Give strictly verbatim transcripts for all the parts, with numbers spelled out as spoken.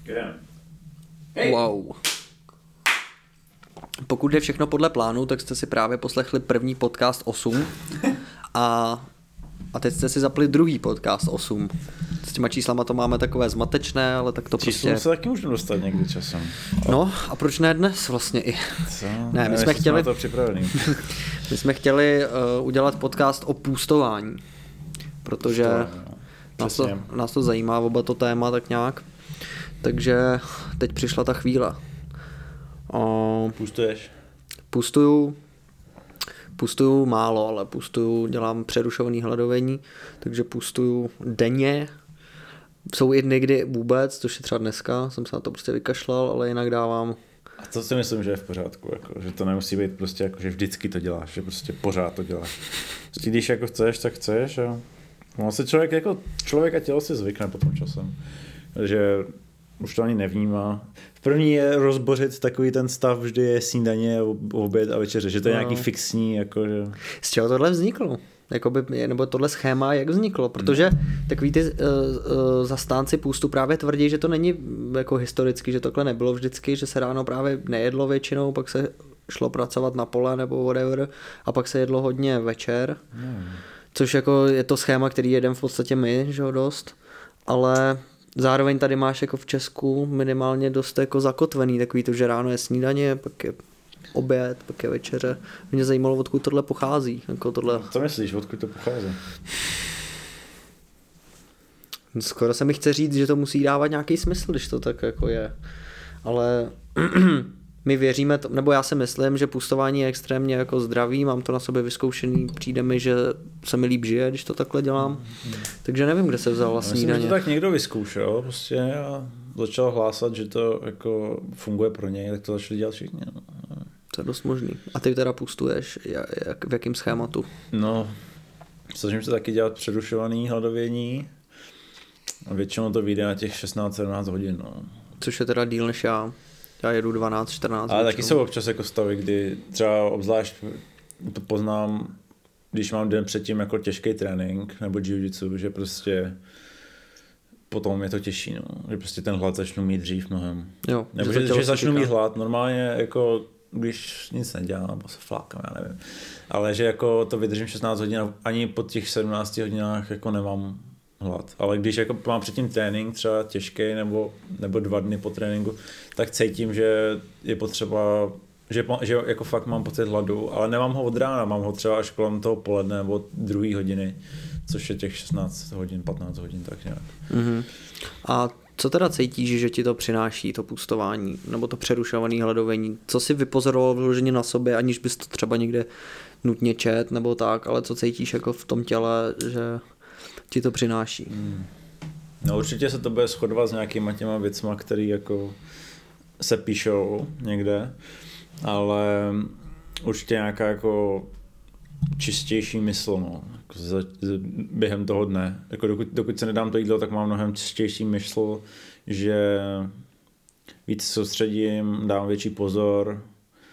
Hey. Wow. Pokud jde všechno podle plánu, tak jste si právě poslechli první podcast osm a, a teď jste si zapli druhý podcast osm. S těma číslama to máme takové zmatečné, ale tak to Číslu prostě... se taky můžeme dostat někdy časem. No a proč ne dnes vlastně i? Co? Ne, my Já jsme chtěli... to připravený. my jsme chtěli uh, udělat podcast o půstování, protože nás to, nás to zajímá oba to téma tak nějak. Takže teď přišla ta chvíle. Uh, Půstuješ? Pustuju, pustuju málo, ale pustuju, dělám přerušovaný hladovění, takže pustuju denně. Jsou i dny, kdy vůbec, což je třeba dneska, jsem se na to prostě vykašlal, ale jinak dávám. A to si myslím, že je v pořádku, jako, že to nemusí být prostě jako, že vždycky to děláš, že prostě pořád to děláš. Prostě když jako chceš, tak chceš a no, se člověk jako, člověk a tělo si zvykne potom časem, že už to ani nevnímá. V první je rozbořit takový ten stav, vždy je snídaně, oběd a večeře, že to je no. nějaký fixní, jakože... Z čeho tohle vzniklo? Jakoby, nebo tohle schéma jak vzniklo? Protože takový ty uh, uh, zastánci půstu právě tvrdí, že to není jako historicky, že takhle nebylo vždycky, že se ráno právě nejedlo většinou, pak se šlo pracovat na pole nebo whatever a pak se jedlo hodně večer, hmm. což jako je to schéma, který jedem v podstatě my, že jo, dost, ale zároveň tady máš jako v Česku minimálně dost jako zakotvený, takový to, že ráno je snídaně, pak je oběd, pak je večeře. Mě zajímalo, odkud tohle pochází. Jako tohle... Co myslíš, odkud to pochází? Skoro se mi chce říct, že to musí dávat nějaký smysl, když to tak jako je. Ale my věříme, to, nebo já si myslím, že pustování je extrémně jako zdravý, mám to na sobě vyzkoušený, přijde mi, že se mi líp žije, když to takhle dělám. Hmm. Takže nevím, kde se vzala snídaně. Myslím, že to tak někdo vyzkoušel prostě a začal hlásat, že to jako funguje pro něj, tak to začali dělat všichni. To je dost možný. A ty teda pustuješ, jak, v jakém schématu? No, snažím se taky dělat přerušovaný hladovění. A většinou to vyjde na těch šestnáct sedmnáct hodin. No. Což je teda díl než já. Já jedu dvanáct čtrnáct. Ale taky jsou občas jako stavy, kdy třeba obzvlášť to poznám, když mám den předtím jako těžký trénink nebo jiu-jitsu, že prostě potom je to těžší, no. Že prostě ten hlad začnu mít dřív mnohem. Jo, nebo že, že začnu mít hlad, normálně jako když nic nedělám, nebo se flákám, já nevím. Ale že jako to vydržím šestnáct hodin a ani po těch sedmnácti hodinách jako nemám hlad. Ale když jako mám předtím trénink třeba těžký nebo, nebo dva dny po tréninku, tak cítím, že je potřeba, že, že jako fakt mám pocit hladu, ale nemám ho od rána, mám ho třeba až kolem toho poledne nebo druhé hodiny, což je těch šestnáct hodin, patnáct hodin, tak nějak. Mm-hmm. A co teda cítíš, že ti to přináší, to pustování, nebo to přerušované hladovení? Co jsi vypozoroval vloženě na sobě, aniž bys to třeba někde nutně čet, nebo tak, ale co cítíš jako v tom těle, že ti to přináší? Hmm. No určitě se to bude shodovat s nějakýma těma věcma, které jako se píšou někde, ale určitě nějaká jako čistější mysl, no, jako za, za, během toho dne. Jako dokud, dokud se nedám to jídlo, tak mám mnohem čistější mysl, že víc soustředím, dám větší pozor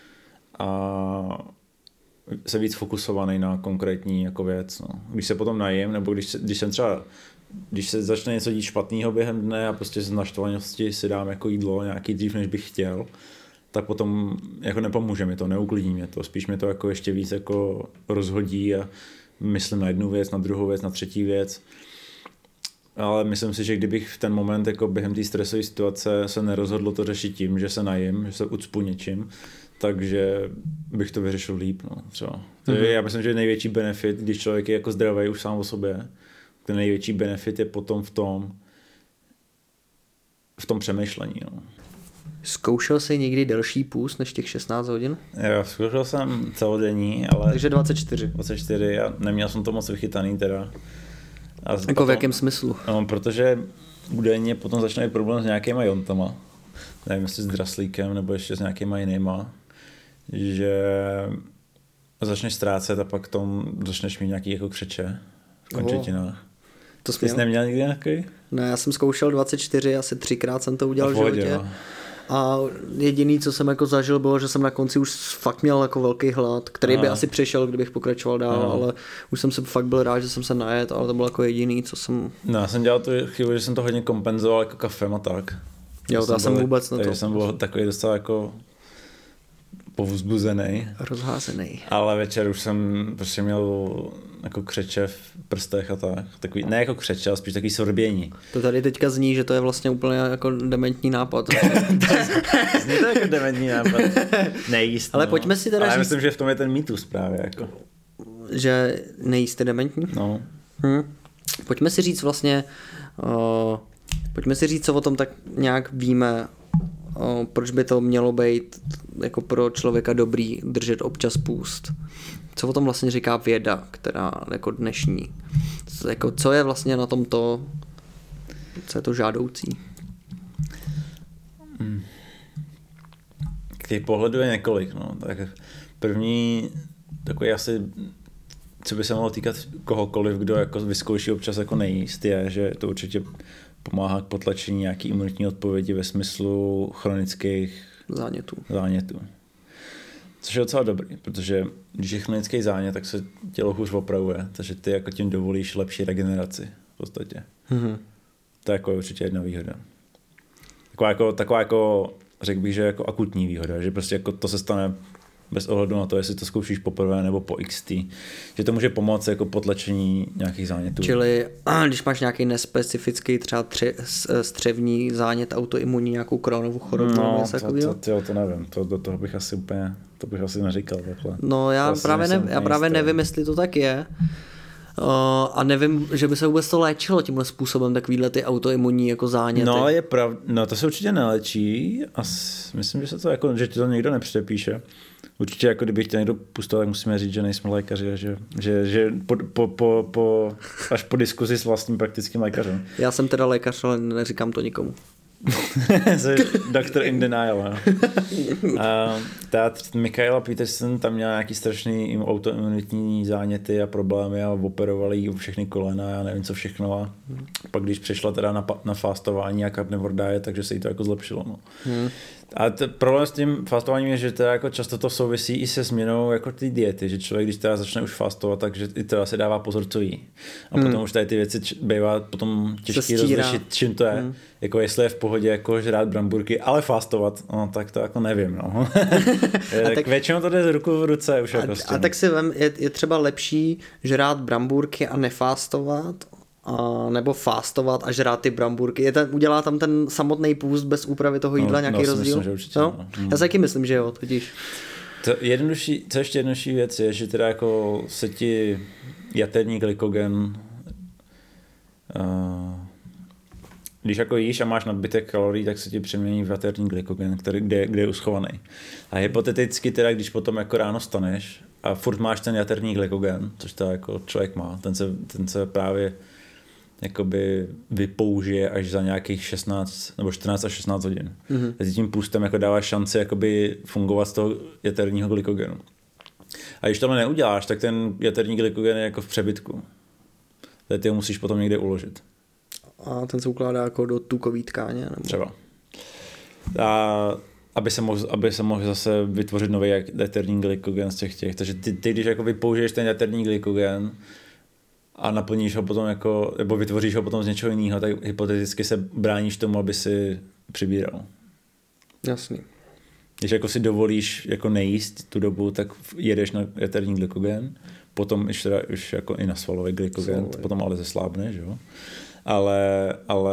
a jsem víc fokusovaný na konkrétní jako věc. No. Když se potom najím, nebo když, když jsem třeba, když se začne něco dít špatného během dne a prostě z naštvanosti si dám jako jídlo nějaký dřív, než bych chtěl, tak potom jako nepomůže mi to, neuklidní mě to, spíš mi to jako ještě víc jako rozhodí a myslím na jednu věc, na druhou věc, na třetí věc. Ale myslím si, že kdybych v ten moment jako během té stresové situace se nerozhodl to řešit tím, že se najím, že se ucpu něčím, takže bych to vyřešil líp. No, třeba. To je, já myslím, že největší benefit, když člověk je jako zdravý už sám o sobě, ten největší benefit je potom v tom v tom přemýšlení. No. Zkoušel jsi někdy delší půst než těch šestnáct hodin? Jo, zkoušel jsem celodenní, ale... Takže dvacet čtyři. dvacet čtyři a neměl jsem to moc vychytaný teda. A jako potom, v jakém smyslu? No, protože údajně potom začne být problém s nějakýma jontama. Nevím, jestli s draslíkem nebo ještě s nějakýma jinýma. Že začneš ztrácet a pak tom začneš mít nějaký jako křeče v končetinách. Oh. To jsi neměl nikdy nějaký? Ne, já jsem zkoušel dvacet čtyři, asi třikrát jsem to udělal v životě. No. A jediný, co jsem jako zažil, bylo, že jsem na konci už fakt měl jako velký hlad, který Aha. by asi přišel, kdybych pokračoval dál, Aha. ale už jsem se fakt byl rád, že jsem se najet, ale to bylo jako jediný, co jsem... No, já jsem dělal tu chybu, že jsem to hodně kompenzoval jako kafem a tak. Jo, to já jsem byl, vůbec na to. Takže jsem byl takový docela jako povzbuzený. Rozházený. Ale večer už jsem prostě měl jako křeče v prstech a tak. Takový, ne jako křeče, ale spíš takový sorbění. To tady teďka zní, že to je vlastně úplně jako dementní nápad. Zní to jako dementní nápad. Nejíst. Ale no. pojďme si teda ale říct... já myslím, že v tom je ten mýtus právě. Jako. Že nejíst je dementní? No. Hm. Pojďme si říct vlastně, uh, pojďme si říct, co o tom tak nějak víme, uh, proč by to mělo být jako pro člověka dobrý držet občas půst. Co o tom vlastně říká věda, která jako dnešní. Co, jako, co je vlastně na tom to, co je to žádoucí? Hmm. Těch pohledů je několik. No. Tak první takový asi, co by se mohlo týkat kohokoliv, kdo jako vyzkouší občas jako nejíst, je, že to určitě pomáhá k potlačení nějaký imunitní odpovědi ve smyslu chronických zánětů. zánětů. Což je docela dobrý, protože když je chronický zánět, tak se tělo hůř opravuje, takže ty jako tím dovolíš lepší regeneraci v podstatě. Mm-hmm. To je jako určitě jedna výhoda. Taková jako, taková jako řekl bych, že jako akutní výhoda, že prostě jako to se stane bez ohledu na to, jestli to zkoušíš poprvé nebo po iks té, že to může pomoct jako potlačení nějakých zánětů. Čili když máš nějaký nespecifický třeba tři, střevní zánět, autoimunní, nějakou Crohnovu chorobu, no, to, to, to, to nevím, to, do toho bych asi úplně, to bych asi neříkal takhle. No já to právě, ne, já právě nevím, jestli to tak je. Uh, a nevím, že by se vůbec to léčilo tímhle způsobem, takovýhle ty autoimunní jako záněty. No je pravda, no to se určitě nelečí a s, myslím, že se to jako, že ti to někdo nepředepíše. Určitě jako kdyby chtěl někdo pustit, tak musíme říct, že nejsme lékaři a že, že, že po, po, po, po, až po diskuzi s vlastním praktickým lékařem. Já jsem teda lékař, ale neříkám to nikomu. Jsi doctor in denial. A ta Michaela Peterson tam měla nějaký strašný autoimunitní záněty a problémy a operovali jí všechny kolena, já nevím co všechno a pak když přešla teda na, na fastování a carnivore diet, takže se jí to jako zlepšilo. No. Hmm. A t- problém s tím fastováním je, že teda jako často to souvisí i se změnou jako ty diety, že člověk, když teda začne už fastovat, takže i teda se dává pozor, co jí. A hmm. potom už tady ty věci č- bývá potom těžký rozlišit, čím to je. Hmm. Jako jestli je v pohodě jako žrát bramburky, ale fastovat, no tak to jako nevím. No. tak, tak většinou to jde ruku v ruce už. A, jako a tak si vem, je, je třeba lepší žrát bramburky a nefastovat, a nebo fastovat a žrát ty bramburky. Je ten, udělá tam ten samotný půst bez úpravy toho jídla no, nějaký no, rozdíl? Myslím, že určitě, no? No. Já si taky myslím, že jo, totiž. To jednodušší, co ještě jednodušší věc je, že teda jako se ti jaterní glykogen uh, když jako jíš a máš nadbytek kalorií, tak se ti přemění v jaterní glykogen, který, kde, kde je uschovaný. A hypoteticky teda, když potom jako ráno staneš a furt máš ten jaterní glykogen, což to jako člověk má, ten se, ten se právě jakoby vypoužije až za nějakých šestnáct nebo čtrnáct až šestnáct hodin. Mm-hmm. A tím půstem jako dáváš šanci jakoby fungovat z toho jaterního glykogenu. A když tohle neuděláš, tak ten jaterní glykogen je jako v přebytku. Tady ty ho musíš potom někde uložit. A ten se ukládá jako do tukový tkáně? Nebo? Třeba. A aby se mohl, aby se mohl zase vytvořit nový jaterní glykogen z těch těch. Takže ty, ty když jako vypoužiješ ten jaterní glykogen a naplníš ho potom jako, nebo vytvoříš ho potom z něčeho jiného, tak hypoteticky se bráníš tomu, aby si přibíral. Jasný. Když jako si dovolíš jako nejíst tu dobu, tak jedeš na jaterní glykogen, potom už, teda, už jako i na svalový glykogen, Svalový. Potom ale zeslábne, že jo? Ale, ale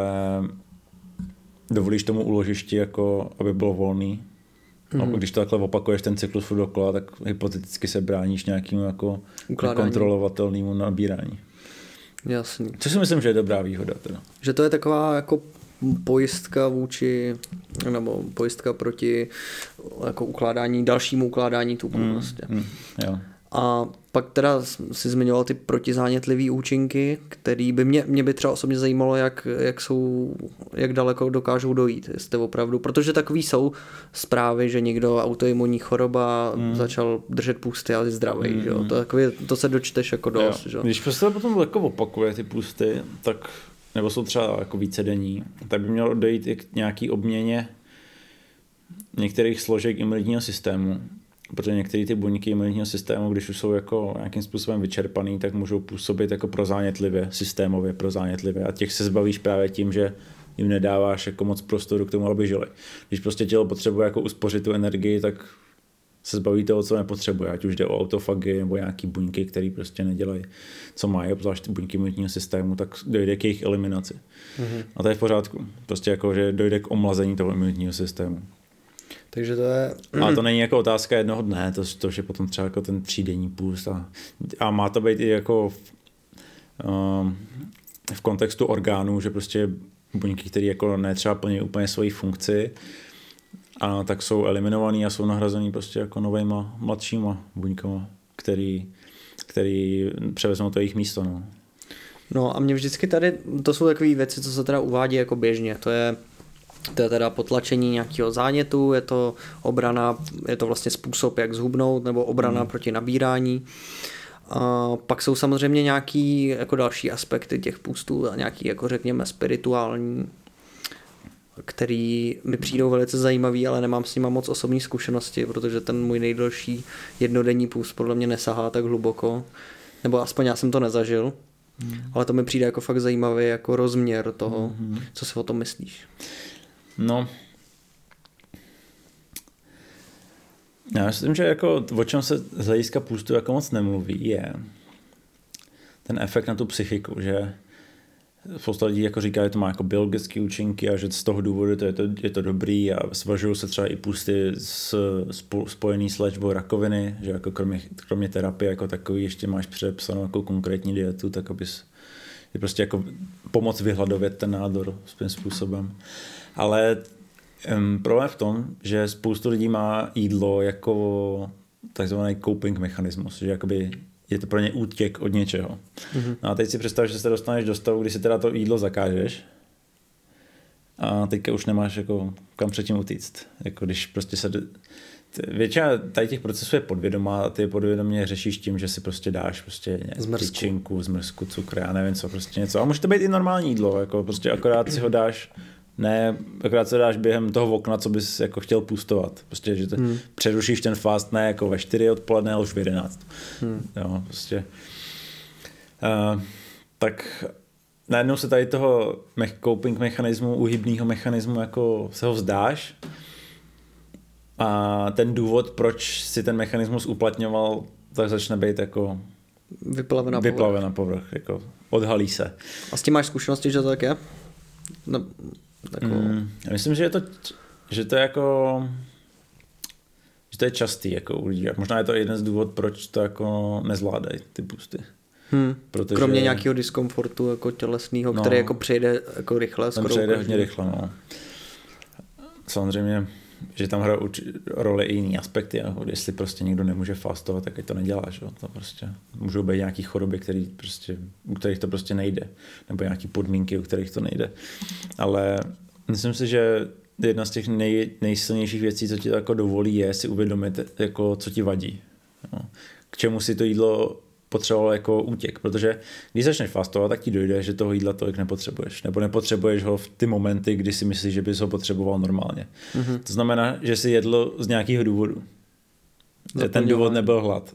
dovolíš tomu úložišti, jako, aby bylo volný. Mm. A když to takhle opakuješ ten cyklus furt dokola, tak hypoteticky se bráníš nějakému jako nekontrolovatelnému nabírání. Jasný. Což si myslím, že je dobrá výhoda. Teda. Že to je taková jako pojistka vůči, nebo pojistka proti jako ukládání, dalšímu ukládání tuku. Mm. Vlastně. Mm. Jo. A pak teda si zmiňoval ty protizánětlivý účinky, který by mě, mě by třeba osobně zajímalo, jak, jak jsou, jak daleko dokážou dojít, jestli opravdu, protože takový jsou zprávy, že někdo autoimunní choroba mm. začal držet půsty a je zdravý, mm. že jo? To, takový, to se dočteš jako dost, jo. Že? Když prostě potom jako opakuje ty půsty, tak, nebo jsou třeba jako vícedenní, tak by mělo dojít i k nějaký obměně některých složek imunitního systému. Protože některé ty buňky imunitního systému, když už jsou jako nějakým způsobem vyčerpaný, tak můžou působit jako prozánětlivě, systémově prozánětlivě. A těch se zbavíš právě tím, že jim nedáváš jako moc prostoru k tomu, aby žili. Když prostě tělo potřebuje jako uspořit tu energii, tak se zbaví toho, co nepotřebuje, ať už jde o autofagy nebo nějaký buňky, které prostě nedělají, co mají, obzvlášť buňky imunitního systému, tak dojde k jejich eliminaci. Mm-hmm. A to je v pořádku. Prostě jako, že dojde k omlazení toho imunitního systému. Takže to je... A to není jako otázka jednoho dne, to, to je potom třeba jako ten třídenní půst a, a má to být i jako v, um, v kontextu orgánů, že prostě buňky, které jako netřeba plní úplně svoji funkci, a tak jsou eliminovaný a jsou nahrazený prostě jako novejma, mladšíma buňkama, který, který převezmou to jejich místo. No. no a mě vždycky tady, to jsou takové věci, co se teda uvádí jako běžně, to je To je teda potlačení nějakého zánětu, je to obrana, je to vlastně způsob, jak zhubnout, nebo obrana hmm. proti nabírání. A pak jsou samozřejmě nějaký jako další aspekty těch půstů a nějaký, jako řekněme, spirituální, který mi přijdou velice zajímavý, ale nemám s nima moc osobní zkušenosti, protože ten můj nejdelší jednodenní půst podle mě nesahá tak hluboko, nebo aspoň já jsem to nezažil, hmm. ale to mi přijde jako fakt zajímavý jako rozměr toho, hmm. co si o tom myslíš. No, já myslím, že jako o čem se z hlediska půstu jako moc nemluví, je ten efekt na tu psychiku, že spousta lidí jako říká, že to má jako biologické účinky a že z toho důvodu to je, to, je to dobrý a svažují se třeba i půsty s, spojený s léčbou rakoviny, že jako kromě, kromě terapie jako takový ještě máš předepsanou jako konkrétní dietu, tak abys je prostě jako pomoct vyhladovět ten nádor svým způsobem. Ale um, problém v tom, že spoustu lidí má jídlo jako takzvaný coping mechanismus, že jakoby je to pro ně útěk od něčeho. Mm-hmm. No a teď si představ, že se dostaneš do stavu, kdy si teda to jídlo zakážeš a teďka už nemáš jako kam předtím utíct. Jako když prostě se... Většina tady těch procesů je podvědomá a ty podvědomě řešíš tím, že si prostě dáš prostě tyčinku, zmrzku, cukr, já nevím co, prostě něco. A může to být i normální jídlo, jako prostě akorát si ho dáš, ne, akorát se dáš během toho okna, co bys jako chtěl půstovat. Prostě, že te, hmm. přerušíš ten fast ne jako ve čtyři odpoledne, ale už v jedenáct. Hmm. Jo, prostě. Uh, tak najednou se tady toho me- coping mechanismu, uhybného mechanismu jako se ho vzdáš. A ten důvod, proč si ten mechanismus uplatňoval, tak začne být jako vyplaven na povrch. na povrch, jako odhalí se. A s tím máš zkušenosti, že to tak je? No, jako... mm, já myslím, že je to, že to je jako že to je častý jako u lidí. Možná je to jeden z důvodů, proč to jako nezvládají ty půsty. Hmm. Protože... Kromě nějakého diskomfortu jako tělesného, no, který jako přejde jako rychle. Ten přejde hodně rychle, no. Samozřejmě že tam hrajou roli i jiný aspekty, jako jestli prostě někdo nemůže fastovat, tak to nedělá, že? To prostě můžou být nějaký choroby, který prostě, u kterých to prostě nejde, nebo nějaký podmínky, u kterých to nejde. Ale myslím si, že jedna z těch nej, nejsilnějších věcí, co ti to jako dovolí, je si uvědomit, jako, co ti vadí. No. K čemu si to jídlo potřeboval jako útěk, protože když začneš fastovat, tak ti dojde, že toho jídla tolik nepotřebuješ, nebo nepotřebuješ ho v ty momenty, kdy si myslíš, že bys ho potřeboval normálně. Mm-hmm. To znamená, že si jedl z nějakého důvodu. Že ten důvod nebyl hlad.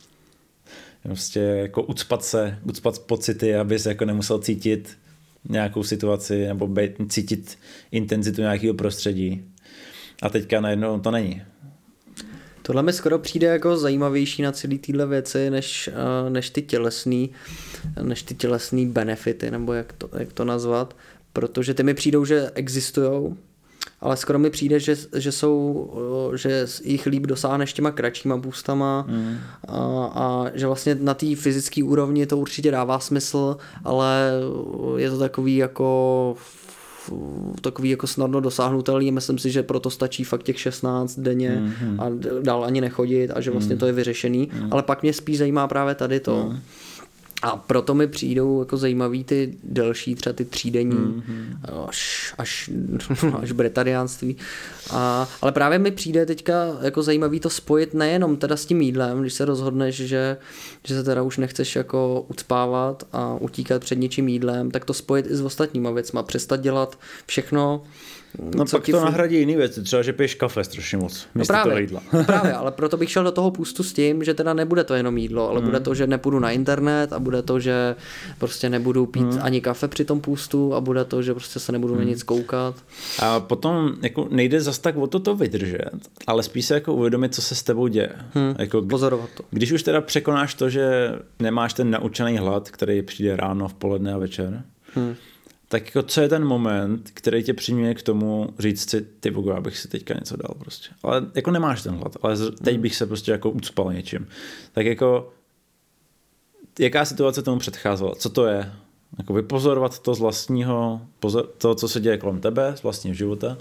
Prostě jako ucpat se, ucpat pocity, abys jako nemusel cítit nějakou situaci, nebo být, cítit intenzitu nějakého prostředí. A teďka najednou to není. Tohle mi skoro přijde jako zajímavější na celý tyhle věci, než, než ty tělesný, než ty tělesný benefity, nebo jak to, jak to nazvat, protože ty mi přijdou, že existujou, ale skoro mi přijde, že, že jsou, že jich líp dosáhneš těma kratšíma půstama mm. a, a že vlastně na té fyzické úrovni to určitě dává smysl, ale je to takový jako takový jako snadno dosáhnutelný. Myslím si, že proto stačí fakt těch šestnáct denně mm-hmm. a dál ani nechodit a že vlastně mm. to je vyřešený. Mm. Ale pak mě spíš zajímá právě tady to. Mm. A proto mi přijdou jako zajímavý ty delší, třeba ty třídenní, mm-hmm. až, až, až bretariánství. A, ale právě mi přijde teďka jako zajímavý to spojit nejenom teda s tím jídlem, když se rozhodneš, že, že se teda už nechceš jako ucpávat a utíkat před něčím jídlem, tak to spojit i s ostatníma věcma. Přestat dělat všechno. No pak to nahradí jiný věci, třeba že piješ kafe strašně moc, místo no toho jídla. Právě, ale proto bych šel do toho půstu s tím, že teda nebude to jenom jídlo, ale mm. bude to, že nepůjdu na internet a bude to, že prostě nebudu pít hmm. ani kafe při tom půstu a bude to, že prostě se nebudu hmm. na nic koukat. A potom jako nejde zas tak o to to vydržet, ale spíš se jako uvědomit, co se s tebou děje. Hmm. Jako, pozorovat to. Když už teda překonáš to, že nemáš ten naučený hlad, který přijde ráno, v poledne a večer, hmm. tak jako co je ten moment, který tě přiměje k tomu říct si, ty bogo, abych si teďka něco dal prostě. Ale jako nemáš ten hlad, ale teď bych se prostě jako ucpal něčím. Tak jako jaká situace tomu předcházela? Co to je? Jako vypozorovat to z vlastního, pozor, to, co se děje kolem tebe, z vlastního života.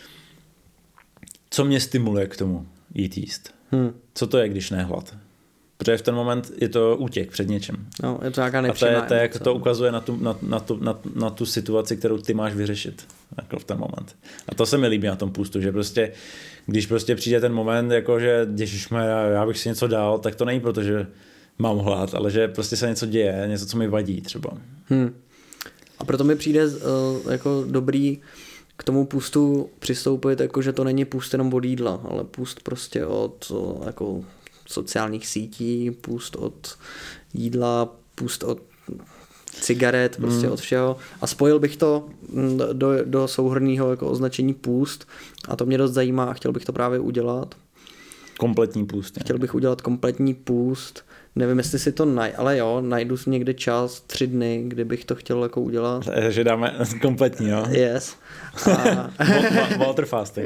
Co mě stimuluje k tomu jít jíst? Hmm. Co to je, když ne hlad? Protože v ten moment je to útěk před něčem. No, je to nějaká nepřímá emoce. A to, je, to, je, jak to ukazuje na tu, na, na, tu, na, na tu situaci, kterou ty máš vyřešit jako v ten moment. A to se mi líbí na tom půstu, že prostě, když prostě přijde ten moment, jako že ježišme, já, já bych si něco dal, tak to není proto, že mám hlad, ale že prostě se něco děje, něco, co mi vadí třeba. Hmm. A proto mi přijde uh, jako dobrý k tomu půstu přistoupit, jako že to není půst jenom od jídla, ale půst prostě od uh, jako sociálních sítí, půst od jídla, půst od cigaret, prostě mm. od všeho. A spojil bych to do, do souhrnného jako označení půst a to mě dost zajímá a chtěl bych to právě udělat. Kompletní půst. Ne? Chtěl bych udělat kompletní půst. Nevím, jestli si to naj... Ale jo, najdu si někde čas, tři dny, kdy bych to chtěl jako udělat. Takže dáme kompletní, jo? Yes. A... Water fasting.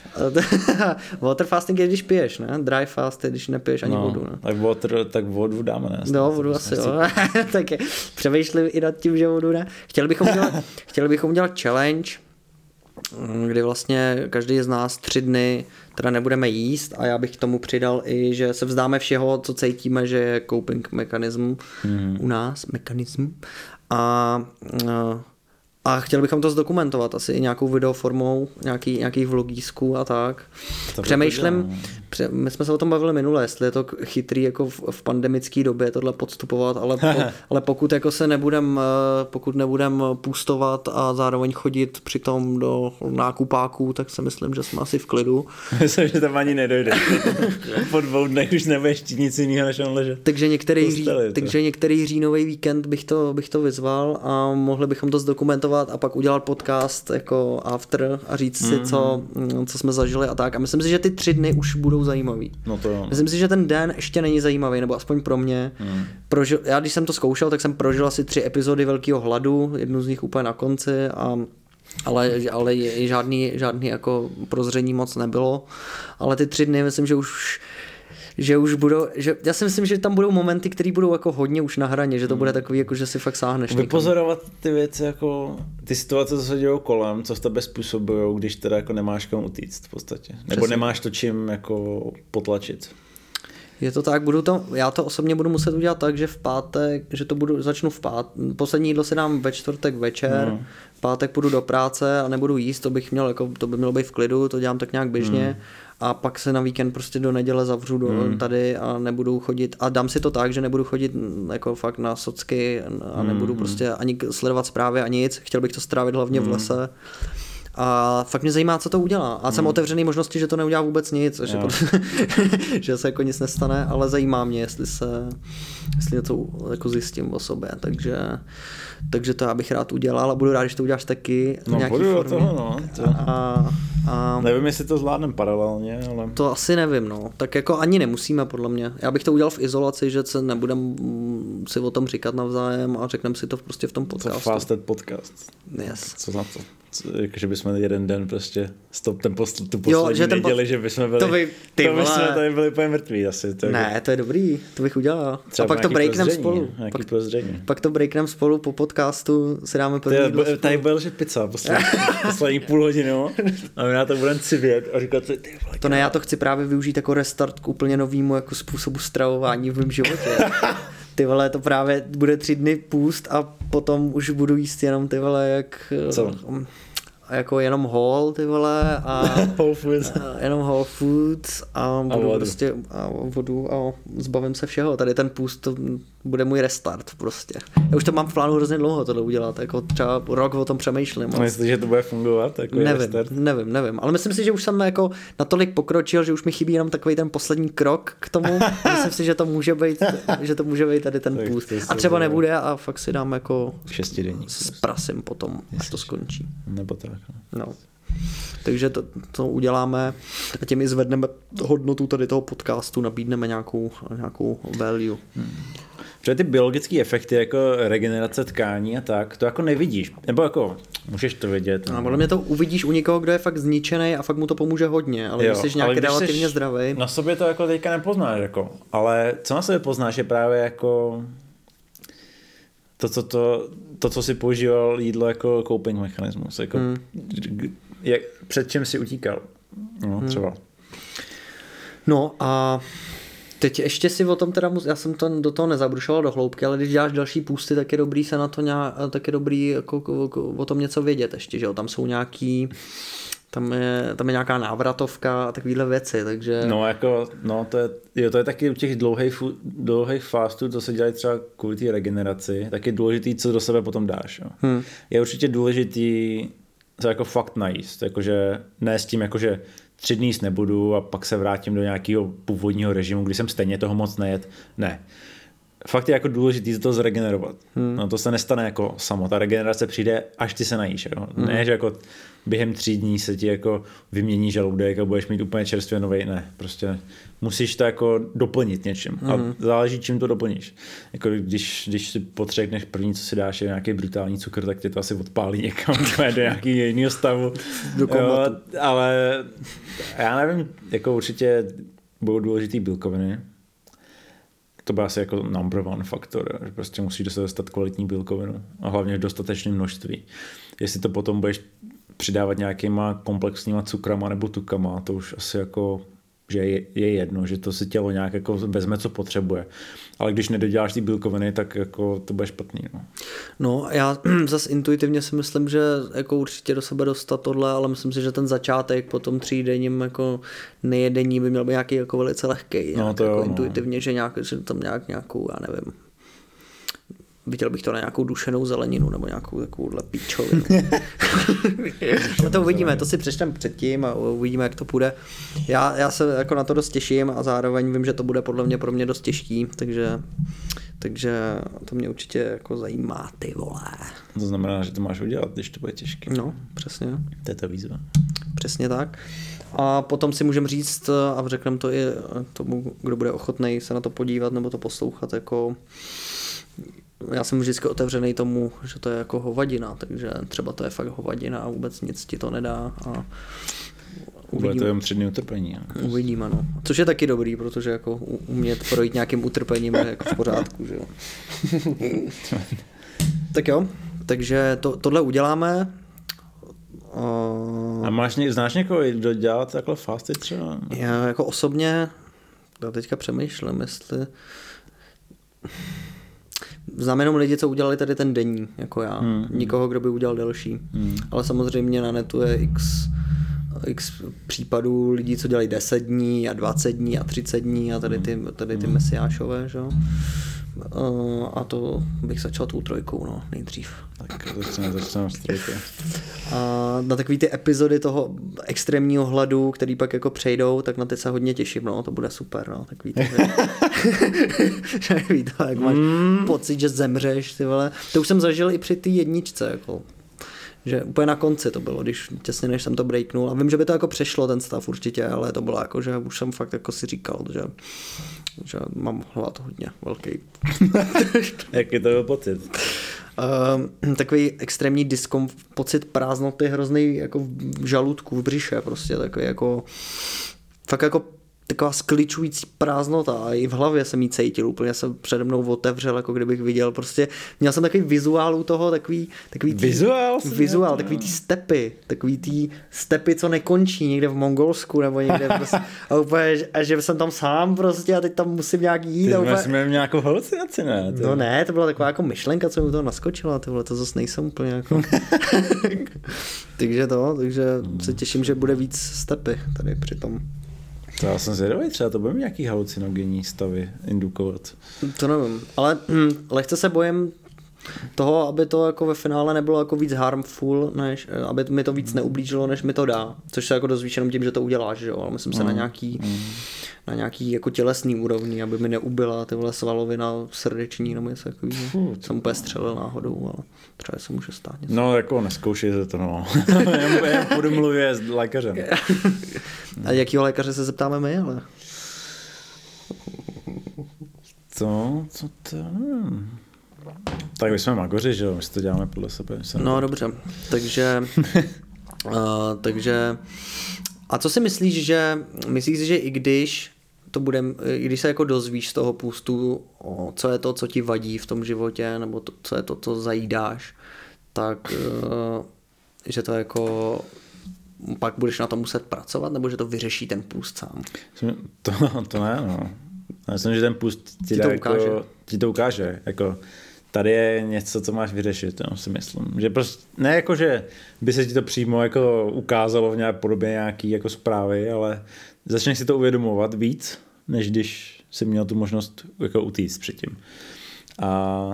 Water fasting je, když piješ, ne? Dry fast je, když nepiješ ani no, vodu, ne? Tak, water, tak vodu dáme, ne? No, vodu asi, jo. Tak je, přemýšlím i nad tím, že vodu ne. Chtěli bychom udělat, chtěli bychom udělat challenge, kdy vlastně každý z nás tři dny teda nebudeme jíst a já bych k tomu přidal i, že se vzdáme všeho, co cítíme, že je coping mechanism mm. u nás, mechanism. A, a A chtěli bychom to zdokumentovat asi i nějakou videoformou, nějaký, nějakých vlogísků a tak. To Přemýšlím, pře, my jsme se o tom bavili minule, jestli je to chytrý jako v, v pandemické době tohle podstupovat, ale, po, ale pokud jako se nebudem, pokud nebudem půstovat a zároveň chodit přitom do nákupáků, tak si myslím, že jsme asi v klidu. Myslím, že tam ani nedojde. Po dvou dnech už nebudeš chtít nic jiného, než on ležet. Takže některý, ří, takže některý říjnový víkend bych to, bych to vyzval a mohli bychom to zdokumentovat a pak udělat podcast jako after a říct mm-hmm. si, co, co jsme zažili a tak. A myslím si, že ty tři dny už budou zajímavý. No to jo. Myslím si, že ten den ještě není zajímavý, nebo aspoň pro mě. Mm. Prožil, já když jsem to zkoušel, tak jsem prožil asi tři epizody Velkého hladu, jednu z nich úplně na konci, a, ale, ale žádný, žádný jako prozření moc nebylo. Ale ty tři dny myslím, že už že už budou, že já si myslím, že tam budou momenty, které budou jako hodně už na hraně, že to bude takový, jako že si fakt sáhneš. Vypozorovat ty věci, jako ty situace, co se dějou kolem, co v tebe způsobují, když teda jako nemáš komu utíct v podstatě. Nebo Přesně. nemáš to čím jako potlačit. Je to tak, budu to, já to osobně budu muset udělat tak, že v pátek, že to budu, začnu v pátek, poslední jídlo si dám ve čtvrtek večer, no. v pátek půjdu do práce a nebudu jíst, to bych měl, jako, to by mělo být v klidu, to dělám tak nějak běžně. Hmm. A pak se na víkend prostě do neděle zavřu do, hmm. tady a nebudu chodit a dám si to tak, že nebudu chodit jako fakt na socky a nebudu hmm. prostě ani sledovat zprávy ani nic, chtěl bych to strávit hlavně hmm. v lese. A fakt mě zajímá, co to udělá. A jsem hmm. otevřený možnosti, že to neudělá vůbec nic, že, že se jako nic nestane, ale zajímá mě, jestli se jestli něco jako zjistím o sobě. Takže, takže to já bych rád udělal a budu rád, když to uděláš taky. No budu do toho, no. To... A, a... Nevím, jestli to zvládnem paralelně, ale... To asi nevím, no. Tak jako ani nemusíme, podle mě. Já bych to udělal v izolaci, že se nebudem si o tom říkat navzájem a řekneme si to prostě v tom podcastu. To Fasted podcast. Yes. Co na to? Jakože bychom jeden den prostě stop ten posl, tu poslední jo, že neděli, po... že bychom byli, to by, ty to bychom tady byli úplně mrtví asi. To ne, jako... to je dobrý, to bych udělal. Třeba a pak to breaknem spolu. Pak, pak to breaknem spolu po podcastu si dáme první jídlo spolu. Tady byl, že pizza poslední, poslední půl hodinu a my na to budeme civět a říkat si, ty vole. To ne, já to chci právě využít jako restart k úplně novému jako způsobu stravování v mém životě. Ty vole, to právě bude tři dny půst a potom už budu jíst jenom ty vole jak... Co? Jako jenom whole, ty vole, a whole foods. A jenom whole foods a budu a prostě a vodu a zbavím se všeho. Tady ten půst, to, bude můj restart prostě. Já už to mám v plánu hrozně dlouho tohle udělat, jako třeba rok o tom přemýšlím. Myslíš, že to bude fungovat? Jako nevím, restart? nevím, nevím, ale myslím si, že už jsem jako natolik pokročil, že už mi chybí jenom takový ten poslední krok k tomu. Myslím si, že to může být, že to může být tady ten boost. A třeba nebude a fakt si dám jako šestidenní s prasím potom, až to skončí. Nebo tak. No. Takže to, to uděláme a tím i zvedneme hodnotu tady toho podcastu, nabídneme nějakou, nějakou value. Hmm. Protože ty biologické efekty jako regenerace tkání a tak, to jako nevidíš. Nebo jako můžeš to vidět. No, podle mě to uvidíš u někoho, kdo je fakt zničený a fakt mu to pomůže hodně, ale jo, když jsi nějaký relativně zdravý. Na sobě to jako teďka nepoznáš, jako. Ale co na sobě poznáš je právě jako to, co, to, to, co si používal jídlo jako coping mechanismus. Jako, hmm. jak, před čím si utíkal. No, třeba. Hmm. No a teď ještě si o tom teda, já jsem to do toho nezabrušoval do hloubky, ale když děláš další půsty, tak je dobrý se na to nějak, tak je dobrý jako, o tom něco vědět ještě, že jo, tam jsou nějaký, tam je, tam je nějaká návratovka a takovýhle věci, takže... No jako, no to je, jo, to je taky u těch dlouhých, dlouhých fastů, co se dělají třeba kvůli té regeneraci, tak je důležitý, co do sebe potom dáš, jo. Hmm. Je určitě důležitý se jako fakt najíst, jakože ne s tím, jakože tři dny jíst nebudu a pak se vrátím do nějakého původního režimu, kdy jsem stejně toho moc nejet. Ne. Fakt je jako důležitý to zregenerovat. Hmm. No to se nestane jako samo. Ta regenerace přijde, až ty se najíš. Jo? Hmm. Ne, že jako během tří dní se ti jako vymění žaludek a budeš mít úplně čerstvě novej. Ne, prostě musíš to jako doplnit něčím. Hmm. A záleží, čím to doplníš. Jako když, když si potřebuješ první, co si dáš, je nějaký brutální cukr, tak tě to asi odpálí někam do nějakého jiného stavu. Do jo, ale já nevím, jako určitě budou důležitý bílkoviny. To byl asi jako number one faktor, že prostě musíš do sebe dostat kvalitní bílkovinu a hlavně v dostatečném množství. Jestli to potom budeš přidávat nějakýma komplexníma cukrama nebo tukama, to už asi jako, že je, je jedno, že to si tělo nějak jako vezme, co potřebuje. Ale když nedoděláš ty bílkoviny, tak jako to bude špatný. No, no já zase intuitivně si myslím, že jako určitě do sebe dostat tohle, ale myslím si, že ten začátek po tom třídenním jako nejedení by měl být nějaký jako velice lehký. No, to jako jo, intuitivně, no. že, nějak, že tam nějak nějakou, já nevím, viděl bych to na nějakou dušenou zeleninu nebo nějakou takovouhle píčovinu. No to uvidíme, to si přečtem předtím a uvidíme, jak to půjde. Já, já se jako na to dost těším a zároveň vím, že to bude podle mě pro mě dost těžký, takže, takže to mě určitě jako zajímá, ty vole. To znamená, že to máš udělat, když to bude těžké. No, přesně. To je ta výzva. Přesně tak. A potom si můžeme říct a řekneme to i tomu, kdo bude ochotný se na to podívat nebo to poslouchat, jako já jsem vždycky otevřený tomu, že to je jako hovadina, takže třeba to je fakt hovadina a vůbec nic ti to nedá a uvidíme. Bude to jen tři dny utrpení. Ne? Uvidíme, no. Což je taky dobrý, protože jako umět projít nějakým utrpením je jako v pořádku, že jo. Tak jo, takže to, tohle uděláme. A máš, znáš někoho, kdo dělá takhle fasty třeba? Já jako osobně, já teďka přemýšlím, jestli znám jenom lidi, co udělali tady ten denní, jako já. Hmm. Nikoho, kdo by udělal delší. Hmm. Ale samozřejmě na netu je x, x případů lidí, co dělají deset dní a dvacet dní a třicet dní a tady ty, tady ty mesiášové, že? A to bych začal tou trojkou, no, nejdřív. Tak začneme, začneme s trojkou. A na takový ty epizody toho extrémního hladu, který pak jako přejdou, tak na ty se hodně těším, no, to bude super, no, takový to, že ví to, jak máš mm. pocit, že zemřeš, ty vole. To už jsem zažil i při té jedničce, jako, že úplně na konci to bylo, když těsně než jsem to breaknul a vím, že by to jako přešlo ten stav určitě, ale to bylo jako, že už jsem fakt jako si říkal, že že mám hlad hodně velký. Jaký to byl pocit? Uh, takový extrémní diskom, pocit prázdnoty, hrozný jako v žaludku, v břiše prostě, takový jako fakt jako taková skličující prázdnota a i v hlavě jsem jí cítil, úplně se přede mnou otevřel, jako kdybych viděl, prostě měl jsem takový vizuál u toho, takový, takový tý, vizuál, vizuál takový ty stepy, takový ty stepy, co nekončí někde v Mongolsku nebo někde prostě, a úplně, a že jsem tam sám prostě a teď tam musím nějak jít. Ty úplně... jsme měli nějakou halucinaci, ne? Ty. No ne, to byla taková jako myšlenka, co mi toho naskočila, tyhle, to zase nejsem úplně jako. takže to, takže se těším, že bude víc stepy tady při tom. To já jsem zvědavý, třeba to bude mít nějaký halucinogenní stavy indukovat. To nevím, ale hm, lehce se bojím toho, aby to jako ve finále nebylo jako víc harmful, než, aby mi to víc neublížilo, než mi to dá. Což se jako dozvíš jenom tím, že to uděláš, že jo, ale myslím se mm. na nějaký, mm. na nějaký jako tělesný úrovni, aby mi neubila tyhle svalovina srdeční, nebo něco takového. Jsem úplně střelil náhodou, ale třeba se může stát něco. No jako neskoušejte to, no. Já budu mluvit s lékařem. A jakýho lékaře se zeptáme my, ale... To, co to... Hmm. Tak my jsme magoři, že jo, my si to děláme podle sebe. No to... dobře, takže, uh, takže, a co si myslíš, že, myslíš si, že i když to bude, i když se jako dozvíš z toho pustu, o, co je to, co ti vadí v tom životě, nebo to, co je to, co zajídáš, tak, uh, že to jako, pak budeš na to muset pracovat, nebo že to vyřeší ten pust sám? To, to ne, no. Já myslím, že ten pust ti, ti, to, ukáže. Jako, ti to ukáže, jako... Tady je něco, co máš vyřešit, no, si myslím. Že prostě, ne jako, že by se ti to přímo jako ukázalo v nějaké podobě nějaký jako zprávy, ale začneš si to uvědomovat víc, než když jsi měl tu možnost jako utíct předtím. A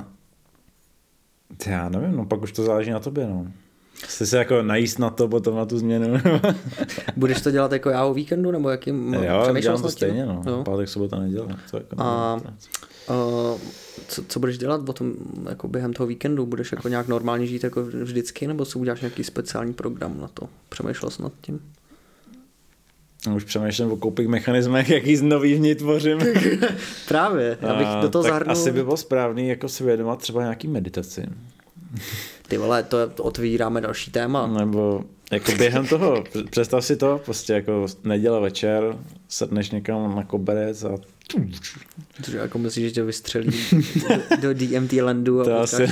já nevím, no pak už to záleží na tobě, no. Chci se jako najíst na to, potom na tu změnu. Budeš to dělat jako já o víkendu, nebo jakým? Jo, dělám to stejně, no. Jo. Pátek, sobota, neděle. To jako a uh, co, co budeš dělat potom, jako během toho víkendu? Budeš jako nějak normálně žít jako vždycky, nebo si uděláš nějaký speciální program na to? Přemýšlel jsi nad tím? Už přemýšlím o coping mechanismech, jaký z nový v ní tvořím. Právě, abych do toho tak zahrnul. Asi by bylo správný jako si vědomat třeba nějaký meditaci. Ty vole, to otvíráme další téma. Nebo jako během toho, představ si to, prostě jako neděle večer, sedneš někam na koberec a... Cože jako myslíš, že tě vystřelí do, do D M T landu a to asi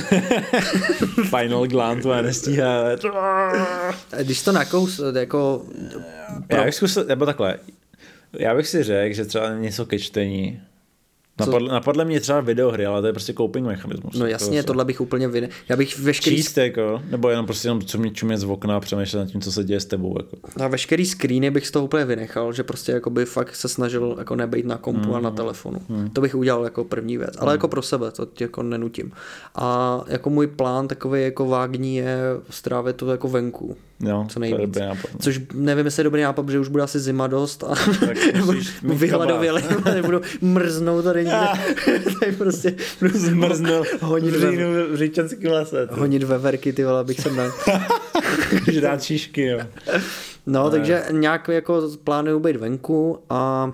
final gland a nestíhá. Když to nakous, jako... Já bych zkusil, nebo takhle, já bych si řekl, že třeba něco ke čtení. Napadle, napadle mě třeba videohry, ale to je prostě coping mechanismus. No jasně, to tohle bych úplně vyne... Já bych veškerý... Číst jako, nebo jenom prostě jenom co mě čumě z okna a přemýšlet nad tím, co se děje s tebou. Jako. A veškerý screeny bych z toho úplně vynechal, že prostě jako by fakt se snažil jako nebejt na kompu mm. a na telefonu. Mm. To bych udělal jako první věc, ale mm. jako pro sebe, to tě jako nenutím. A jako můj plán takový jako vágní je strávit to jako venku. Jo, co nejvíc. Což nevím, jestli je dobrý nápad, protože už bude asi zima dost a vyhladověli, nebudou mrznout tady někde. Tady prostě zmrznul honit v říčanským lese. Honit veverky, ty vole, abych se ne... Žrát šišky, jo. No, ne. Takže nějak jako plánuju být venku a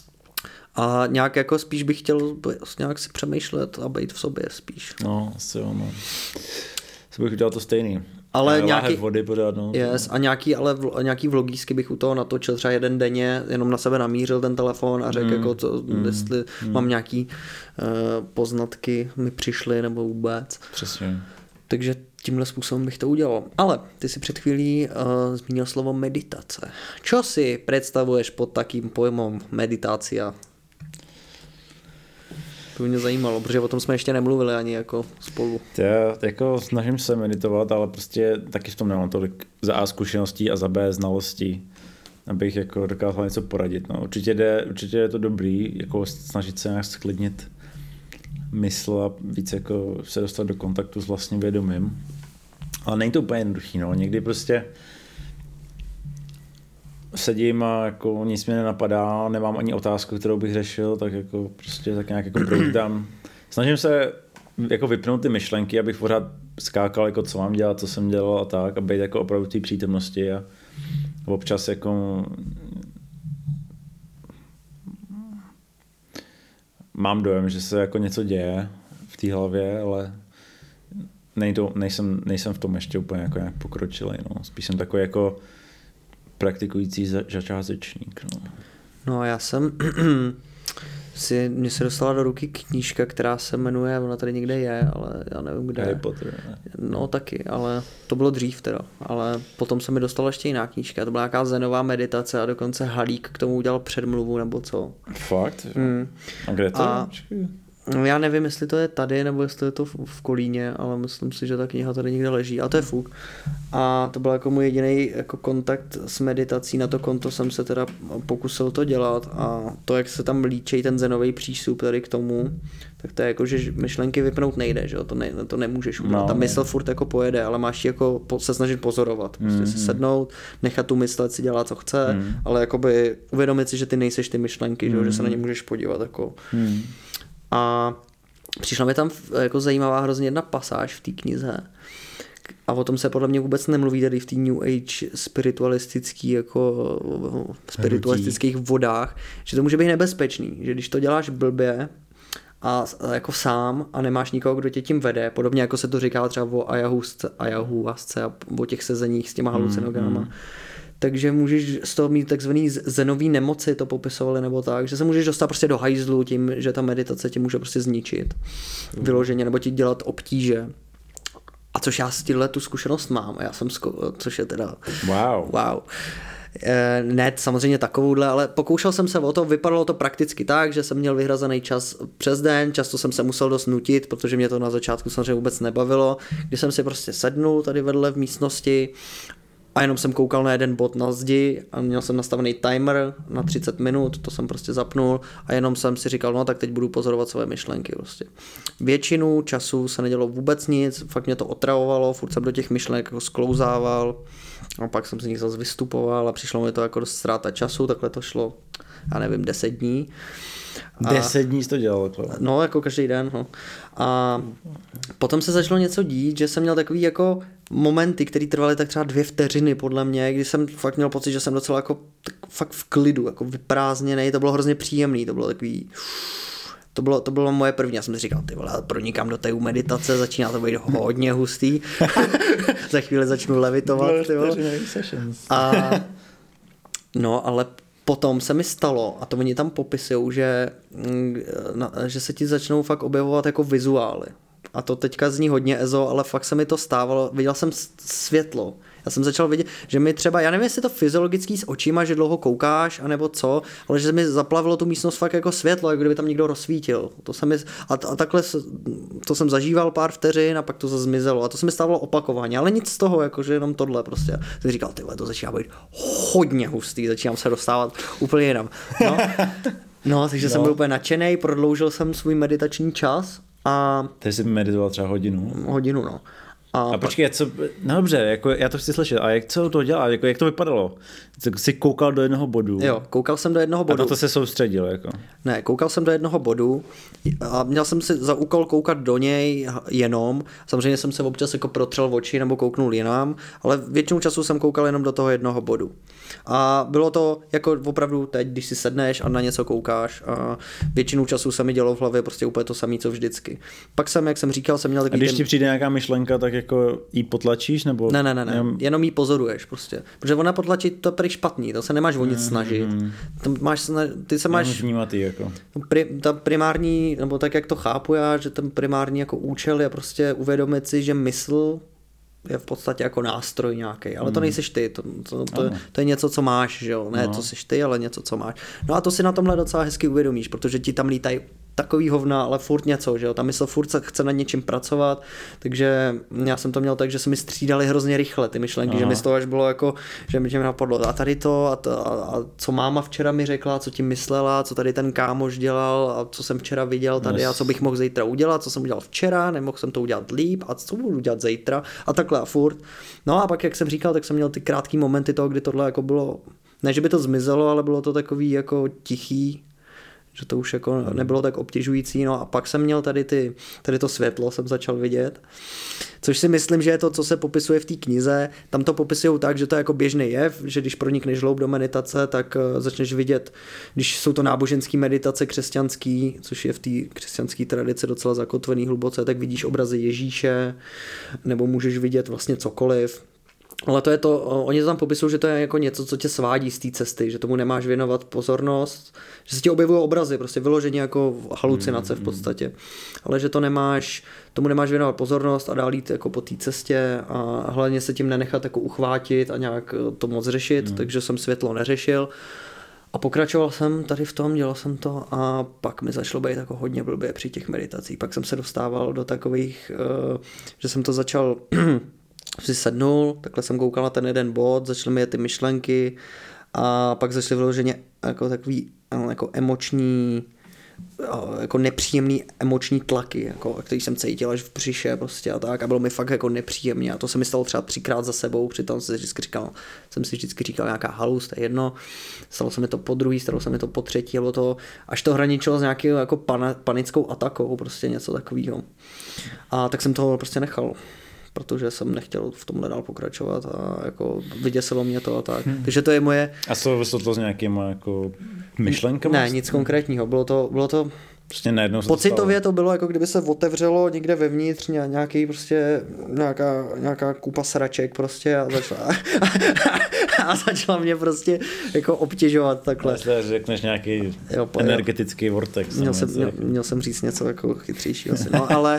a nějak jako spíš bych chtěl nějak si přemýšlet a být v sobě spíš. No, asi jo, no. Si bych udělal to stejný. Ale nějaký, vody pořádnou. Yes, a nějaký, ale vl, nějaký vlogísky bych u toho natočil třeba jeden denně, jenom na sebe namířil ten telefon a řekl, mm, jako to, mm, jestli mm. mám nějaký uh, poznatky mi přišly nebo vůbec. Přesně. Takže tímhle způsobem bych to udělal. Ale ty si před chvílí uh, zmínil slovo meditace. Čo si představuješ pod takým pojmem meditácia? To by mě zajímalo, protože o tom jsme ještě nemluvili ani jako spolu. Já jako snažím se meditovat, ale prostě taky v tom nemám tolik za A zkušeností a za B znalostí, abych jako dokázal něco poradit. No, určitě, jde, určitě je to dobrý, jako snažit se nějak sklidnit mysl a víc jako se dostat do kontaktu s vlastním vědomím. Ale není to úplně jednoduchý, no. Někdy prostě sedím a jako nic mě nenapadá, nemám ani otázku, kterou bych řešil, tak jako prostě tak nějak jako projdám. Snažím se jako vypnout ty myšlenky, abych pořád skákal, jako co mám dělat, co jsem dělal a tak, a být jako opravdu v té přítomnosti a občas jako mám dojem, že se jako něco děje v té hlavě, ale nejdu, nejsem, nejsem v tom ještě úplně jako nějak pokročilej, no. Spíš jsem takový jako praktikující začátečník. No. no já jsem si, mně se dostala do ruky knížka, která se jmenuje, ona tady někde je, ale já nevím kde. Harry Potter, ne? No taky, ale to bylo dřív teda, ale potom se mi dostala ještě jiná knížka, to byla nějaká zenová meditace a dokonce Halík k tomu udělal předmluvu nebo co. Fakt? Mm. A kde to? A, No, já nevím, jestli to je tady, nebo jestli je to v, v Kolíně, ale myslím si, že ta kniha tady někde leží. A to je fuk. A to byl jako můj jediný jako kontakt s meditací. Na to konto jsem se teda pokusil to dělat. A to, jak se tam líčí ten zenový přístup tady k tomu, tak to je jako, že myšlenky vypnout nejde, že jo? To, ne, to nemůžeš udělat. No, ta mysl ne. furt jako pojede, ale máš jako se snažit pozorovat. Prostě mm, si sednout, nechat tu myslet si dělat, co chce, mm. ale jakoby uvědomit si, že ty nejseš ty myšlenky, mm. že, jo? Že se na ně můžeš podívat. Jako. Mm. A přišla mi tam jako zajímavá hrozně jedna pasáž v té knize a o tom se podle mě vůbec nemluví tady v té New Age spiritualistický jako spiritualistických vodách, že to může být nebezpečný, že když to děláš blbě a jako sám a nemáš nikoho, kdo tě tím vede, podobně jako se to říká třeba o ayahuasce a o těch sezeních s těma halucinogenama, hmm, hmm. takže můžeš z toho mít takzvaný zenový nemoci, to popisovali nebo tak, že se můžeš dostat prostě do hajzlu tím, že ta meditace tě může prostě zničit vyloženě, nebo ti dělat obtíže. A což já s tímhle tu zkušenost mám, já jsem, zko- což je teda wow. wow. E, ne samozřejmě takovouhle, ale pokoušel jsem se o to, vypadalo to prakticky tak, že jsem měl vyhrazený čas přes den, často jsem se musel dost nutit, protože mě to na začátku samozřejmě vůbec nebavilo, kdy jsem si prostě sednul tady vedle v místnosti a jenom jsem koukal na jeden bod na zdi a měl jsem nastavený timer na třicet minut, to jsem prostě zapnul a jenom jsem si říkal, no tak teď budu pozorovat své myšlenky prostě. Většinu času se nedělo vůbec nic, fakt mě to otravovalo, furt jsem do těch myšlenek jako sklouzával a pak jsem z nich zase vystupoval a přišlo mi to jako dost ztráta času, takhle to šlo, já nevím, deset dní. A, deset dní jsi to dělal? No, jako každý den. No. A potom se začalo něco dít, že jsem měl takový jako momenty, které trvaly tak třeba dvě vteřiny podle mě, kdy jsem fakt měl pocit, že jsem docela jako tak fakt v klidu, jako vyprázdněnej, to bylo hrozně příjemný, to bylo takový... To bylo, to bylo moje první, já jsem si říkal, ty vole, pronikám do té meditace, začíná to být hodně hustý, za chvíli začnu levitovat, ty vole. A no, ale potom se mi stalo, a to oni tam popisujou, že, že se ti začnou fakt objevovat jako vizuály. A to teďka zní hodně ezo, ale fakt se mi to stávalo, viděl jsem světlo. Já jsem začal vidět, že mi třeba, já nevím, jestli to fyziologický s očima, že dlouho koukáš, anebo co, ale že mi zaplavilo tu místnost fakt jako světlo, jako kdyby tam někdo rozsvítil. To se mi, a, a takhle to jsem zažíval pár vteřin a pak to zase zmizelo. A to se mi stávalo opakovaně, ale nic z toho, jakože jenom tohle prostě. Já jsem říkal, tyhle, to začíná být hodně hustý, začínám se dostávat úplně jinam. No, no takže no. jsem byl úplně nadšenej, prodloužil jsem svůj meditační čas. A... Ty jsi meditoval třeba hodinu? Hodinu, no. A, a počkej, co, no dobře, jako já to chci slyšet, a jak co to dělá, jako jak to vypadalo? Jsi koukal do jednoho bodu? Jo, koukal jsem do jednoho bodu. A na to se soustředil, jako? Ne, koukal jsem do jednoho bodu a měl jsem si za úkol koukat do něj jenom, samozřejmě jsem se občas jako protřel oči nebo kouknul jinam, ale většinu času jsem koukal jenom do toho jednoho bodu. A bylo to jako opravdu teď, když si sedneš a na něco koukáš a většinu času se mi dělo v hlavě prostě úplně to samé, co vždycky. Pak jsem, jak jsem říkal, jsem měl takový... A když ten... ti přijde nějaká myšlenka, tak jako jí potlačíš, nebo... Ne, ne, ne, ne. Jenom... jenom jí pozoruješ prostě. Protože ona potlačit to prý špatný, to se nemáš o nic mm, snažit. Mm. To máš, ty se máš... vnímat jí, jako. Pri, ta primární, nebo tak, jak to chápu já, že ten primární jako účel je prostě uvědomit si, že mysl je v podstatě jako nástroj nějaký, ale to nejseš ty, to, to, to, to je něco, co máš, že jo, ne, no. to seš ty, ale něco, co máš. No a to si na tomhle docela hezky uvědomíš, protože ti tam lítají takový hovna, ale furt něco, že jo, ta mysl furt chce nad něčím pracovat, takže já jsem to měl tak, že se mi střídaly hrozně rychle ty myšlenky, Aha. že mi z toho až bylo jako, že mi napadlo a tady to a, to, a, a co máma včera mi řekla, co tím myslela, co tady ten kámoš dělal a co jsem včera viděl tady yes. a co bych mohl zítra udělat, co jsem udělal včera, nemohl jsem to udělat líp a co budu dělat zítra a takhle a furt. No a pak, jak jsem říkal, tak jsem měl ty krátký momenty toho, kdy tohle jako bylo, ne, že by to zmizelo, ale bylo to takový jako tichý, že to už jako nebylo tak obtěžující, no a pak jsem měl tady, ty, tady to světlo, jsem začal vidět, což si myslím, že je to, co se popisuje v té knize, tam to popisují tak, že to je jako běžný jev, že když pronikneš hloub do meditace, tak začneš vidět, když jsou to náboženské meditace křesťanský, což je v té křesťanské tradici docela zakotvený hluboce, tak vidíš obrazy Ježíše, nebo můžeš vidět vlastně cokoliv. Ale to je to, oni tam popisují, že to je jako něco, co tě svádí z té cesty, že tomu nemáš věnovat pozornost, že se ti objevují obrazy, prostě vyloženě jako halucinace v podstatě, ale že to nemáš, tomu nemáš věnovat pozornost a dál jít jako po té cestě a hlavně se tím nenechat jako uchvátit a nějak to moc řešit, mm. takže jsem světlo neřešil. A pokračoval jsem tady v tom, dělal jsem to a pak mi začalo být jako hodně blbě při těch meditacích. Pak jsem se dostával do takových, že jsem to začal, si sednul, takhle jsem koukal na ten jeden bod, začaly mi ty myšlenky a pak začaly vyloženě jako takový jako emoční, jako nepříjemný emoční tlaky, jako, který jsem cítil až v břiše prostě a tak a bylo mi fakt jako nepříjemně a to se mi stalo třeba třikrát za sebou, přitom jsem si vždycky říkal, jsem si vždycky říkal nějaká halus, to je jedno, stalo se mi to po druhý, stalo se mi to po třetí, bylo to, až to hraničilo s nějakou jako pan, panickou atakou, prostě něco takového. A tak jsem toho prostě nechal, protože jsem nechtěl v tomhle dál pokračovat a jako vyděsilo mě to a tak. Hmm. Takže to je moje... A souvislo to s nějakýma jako myšlenkami? Ne, nic konkrétního. Bylo to, bylo to prostě najednou se pocitově to bylo, jako kdyby se otevřelo někde vevnitř nějaký prostě nějaká, nějaká kupa sraček prostě a začala, a začala mě prostě jako obtěžovat takhle. Vlastně řekneš nějaký jo, energetický vortex. Měl jsem, měl, měl jsem říct něco jako chytřejšího si, no ale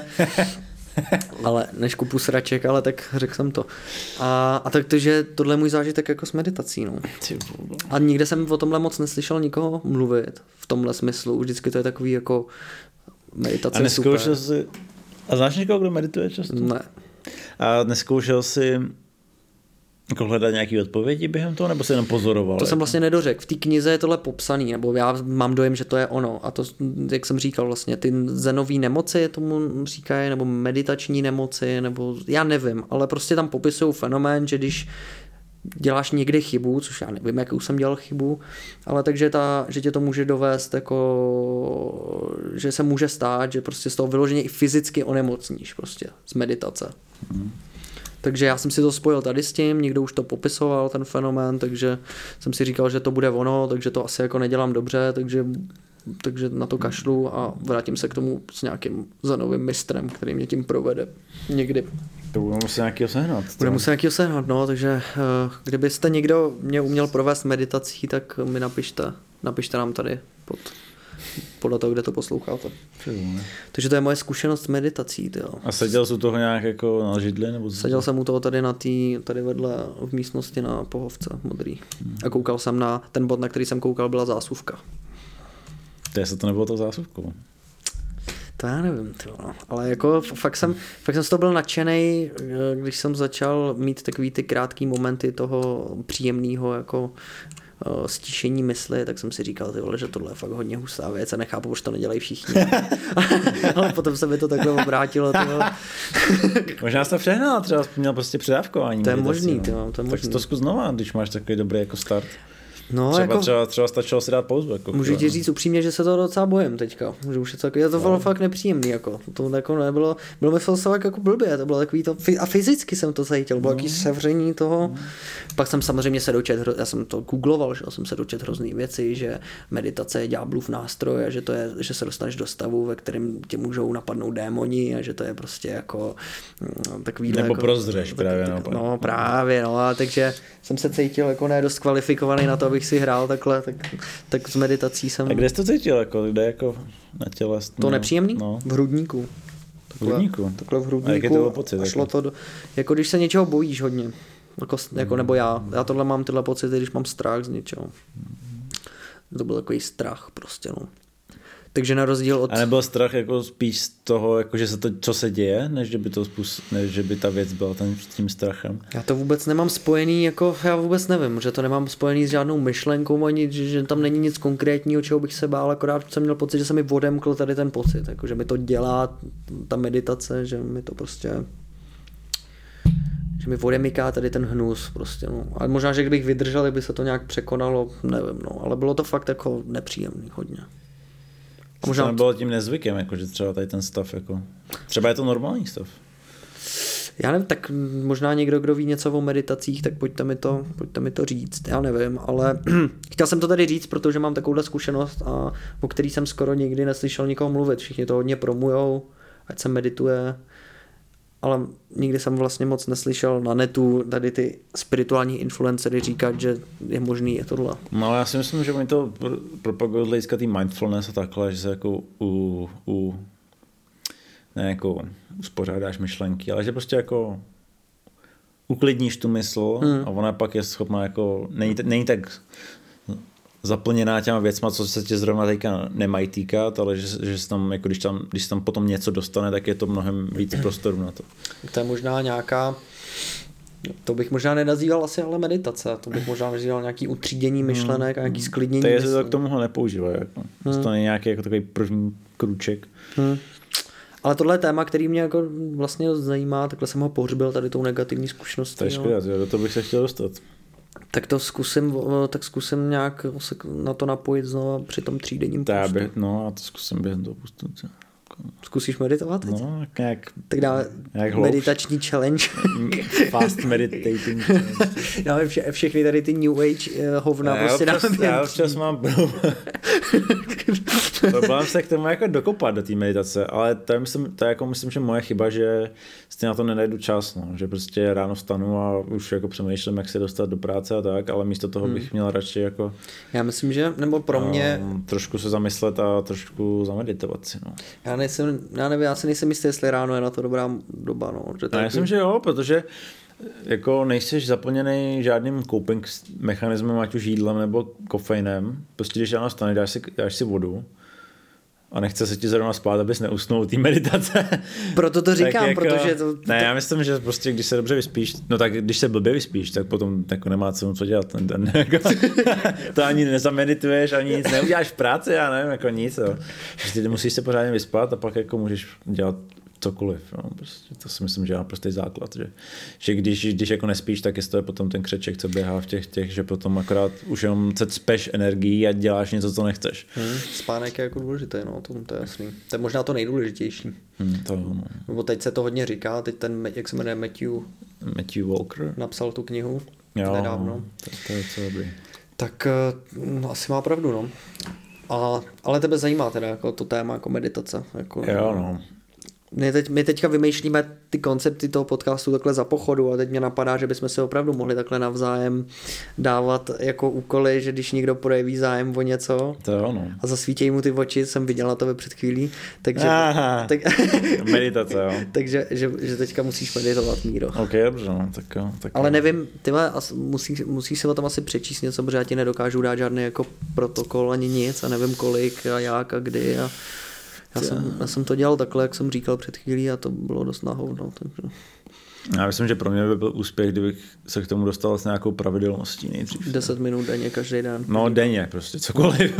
ale než kupu sraček, ale tak řekl jsem to. A, a tak to, že tohle je můj zážitek jako s meditací, no. A nikde jsem o tomhle moc neslyšel nikoho mluvit v tomhle smyslu. Vždycky to je takový jako meditace. A neskoušel jsi, a znáš někoho, kdo medituje často? Ne. A neskoušel jsi jako hledat nějaké odpovědi během toho, nebo se jenom pozoroval? To jako? jsem vlastně nedořekl. V té knize je tohle popsaný, nebo já mám dojem, že to je ono. A to, jak jsem říkal vlastně, ty zenové nemoci tomu říkají, nebo meditační nemoci, nebo já nevím, ale prostě tam popisují fenomén, že když děláš někdy chybu, což já nevím, jakou jsem dělal chybu, ale takže ta, že tě to může dovést jako, že se může stát, že prostě z toho vyloženě i fyzicky onemocníš prostě z meditace. Hmm. Takže já jsem si to spojil tady s tím, někdo už to popisoval, ten fenomén, takže jsem si říkal, že to bude ono, takže to asi jako nedělám dobře, takže, takže na to kašlu a vrátím se k tomu s nějakým zenovým mistrem, který mě tím provede někdy. To budeme muset nějakýho sehnat. Budeme muset nějakýho sehnat, no, takže kdybyste někdo mě uměl provést meditací, tak mi napište, napište nám tady pod... podle toho, kde to posloucháte. Přijde. Takže to je moje zkušenost s meditací. Tyjo. A seděl jsi u toho nějak jako na židli? Nebo seděl jsem u toho tady na tý, tady vedle v místnosti na pohovce modrý. Hmm. A koukal jsem na ten bod, na který jsem koukal, byla zásuvka. To se to nebylo to zásuvkou. To já nevím, tyjo, no. Ale jako fakt jsem, fakt jsem z toho byl nadšenej, když jsem začal mít takový ty krátký momenty toho příjemného jako stíšení mysli, tak jsem si říkal, ty vole, že tohle je fakt hodně hustá věc a nechápu, proč to nedělají všichni. Ale potom se mi to takhle obrátilo. Možná jsi to přehnal, třeba měl prostě předávkování. To je možný, tyjo, to je možný. Tak to zkus znova, když máš takový dobrý jako start. No, třeba, jako, třeba, třeba stačilo si dát pauzu. Jako můžu ti říct upřímně, že se to docela bojím teďka. Že už je to, je to no. fakt nepříjemný. Jako. To jako nebylo, bylo mi fakt jako blbě. To bylo takový to, a fyzicky jsem to cítil. Bylo no. takový sevření toho. No. Pak jsem samozřejmě se dočet, já jsem to googloval, že jsem se dočet hrozný věci, že meditace je ďáblův nástroj a že, to je, že se dostaneš do stavu, ve kterém tě můžou napadnout démoni a že to je prostě jako takový. Nebo jako, prozřeš tak, právě. Tak, no právě, no a takže jsem se cítil jako ne dost kvalifikovaný na to, abych si hrál takhle, tak, tak s meditací jsem... A kde jsi to cítil, jako, kde jako na těle? To nepříjemný? No. V hrudníku. Takhle, v hrudníku? Takhle v hrudníku. A jaký to byl pocit? A šlo to do, jako když se něčeho bojíš hodně. Jako, jako nebo já. Já tohle mám tyhle pocity, když mám strach z něčeho. To byl takový strach prostě, no. Takže na rozdíl od... A nebyl strach jako spíš z toho, jako že se to, co se děje, než že by to způsob, než že by ta věc byla ten, s tím strachem? Já to vůbec nemám spojený, jako já vůbec nevím, že to nemám spojený s žádnou myšlenkou, ani že, že tam není nic konkrétního, čeho bych se bál, akorát jsem měl pocit, že se mi odemkl tady ten pocit, jako že mi to dělá ta meditace, že mi to prostě... že mi odemyká tady ten hnus prostě, no. Ale možná, že kdybych vydržel, by se to nějak překonalo, nevím, no. Ale bylo to fakt jako nepříjemný hodně. A možná to nebylo tím nezvykem, jako, že třeba tady ten stav, jako... třeba je to normální stav. Já nevím, tak možná někdo, kdo ví něco o meditacích, tak pojďte mi to, pojďte mi to říct, já nevím, ale chtěl jsem to tady říct, protože mám takovouhle zkušenost, a o který jsem skoro nikdy neslyšel nikoho mluvit, všichni to hodně promujou, ať se medituje, ale nikdy jsem vlastně moc neslyšel na netu tady ty spirituální influencery říkat, že je možný je tohle. No já si myslím, že oni to propagují z hlediska tý mindfulness a takhle, že se jako u, u ne jako uspořádáš myšlenky, ale že prostě jako uklidníš tu mysl hmm. a ona pak je schopná jako, není, není tak zaplněná těma věcma, co se tě zrovna teďka nemají týkat, ale že, že se tam, jako když tam, když tam potom něco dostane, tak je to mnohem víc prostoru na to. To je možná nějaká, to bych možná nenazýval asi ale meditace, to bych možná nazýval nějaký utřídění myšlenek a nějaký sklidnění. To je, že to k tomuhle nepoužívá. Jako. Hmm. To je nějaký jako takový první krůček. Hmm. Ale tohle je téma, který mě jako vlastně zajímá, takhle jsem ho pohřbil tady tou negativní zkušeností. To je škoda, do toho bych se chtěl dostat. Tak to zkusím, tak zkusím nějak se na to napojit znovu při tom třídenním pustu. Bych, no a to zkusím během toho pustu. Zkusíš meditovat teď? No, jak, tak dáme jak meditační challenge. Fast meditating. Dáme vše, všechny tady ty New Age uh, hovna. Já prostě občas, já občas mám problém se k tomu jako dokopat do té meditace, ale to je, myslím, to je jako myslím, že moje chyba, že si na to nenajdu čas, no. Že prostě ráno vstanu a už jako přemýšlím, jak se dostat do práce a tak, ale místo toho bych měl radši jako já myslím, že, nebo pro mě um, trošku se zamyslet a trošku zameditovat si, no. Já nejsem, já nevím, já si nejsem jistý, jestli ráno je na to dobrá doba, no. Že já myslím, že jo, protože jako nejseš zaplněný žádným coping mechanismem, ať už jídlem nebo kofeinem. Prostě když ráno staneš, dáš si, dáš si vodu a nechce se ti zrovna spát, abys neusnul té meditace. Proto to říkám, jako, protože to... Ne, já myslím, že prostě když se dobře vyspíš, no tak když se blbě vyspíš, tak potom jako nemá cenu co dělat ten den. Jako, to ani nezamedituješ, ani nic neuděláš v práci, já nevím, jako nic. Jo. Prostě musíš se pořádně vyspat a pak jako můžeš dělat cokoliv. No. Prostě to si myslím, že je prostý základ. Že, že když, když jako nespíš, tak je to potom ten křeček, co běhá v těch, těch, že potom akorát už jenom se cpeš energií a děláš něco, co nechceš. Hmm, spánek je jako důležitý, no, to, to je jasný. To je možná to nejdůležitější. Hmm, to, no. Nebo teď se to hodně říká, teď ten, jak se jmenuje, Matthew, Matthew Walker napsal tu knihu jo, nedávno. To, to je co dobrý. Tak no, asi má pravdu, no. A, ale tebe zajímá teda jako to téma jako meditace. Jako, jo, no. My, teď, my teďka vymýšlíme ty koncepty toho podcastu takhle za pochodu a teď mě napadá, že bychom si opravdu mohli takhle navzájem dávat jako úkoly, že když někdo projeví zájem o něco to jo, no. a zasvítějí mu ty oči, jsem viděl na tebe před chvílí, takže, tak, meditace, jo. takže že, že teďka musíš meditovat, Míro. Ok, dobře, no, tak jo. Tak ale jo. nevím, tyhle, musíš, musíš si o tom asi přečíst něco, protože já ti nedokážu dát žádný jako protokol ani nic a nevím kolik a jak a kdy a Já jsem, já jsem to dělal takhle, jak jsem říkal před chvílí a to bylo dost na hovno. Takže... Já myslím, že pro mě by byl úspěch, kdybych se k tomu dostal s nějakou pravidelností nejdřív. Deset minut denně, každý den. No denně, prostě cokoliv.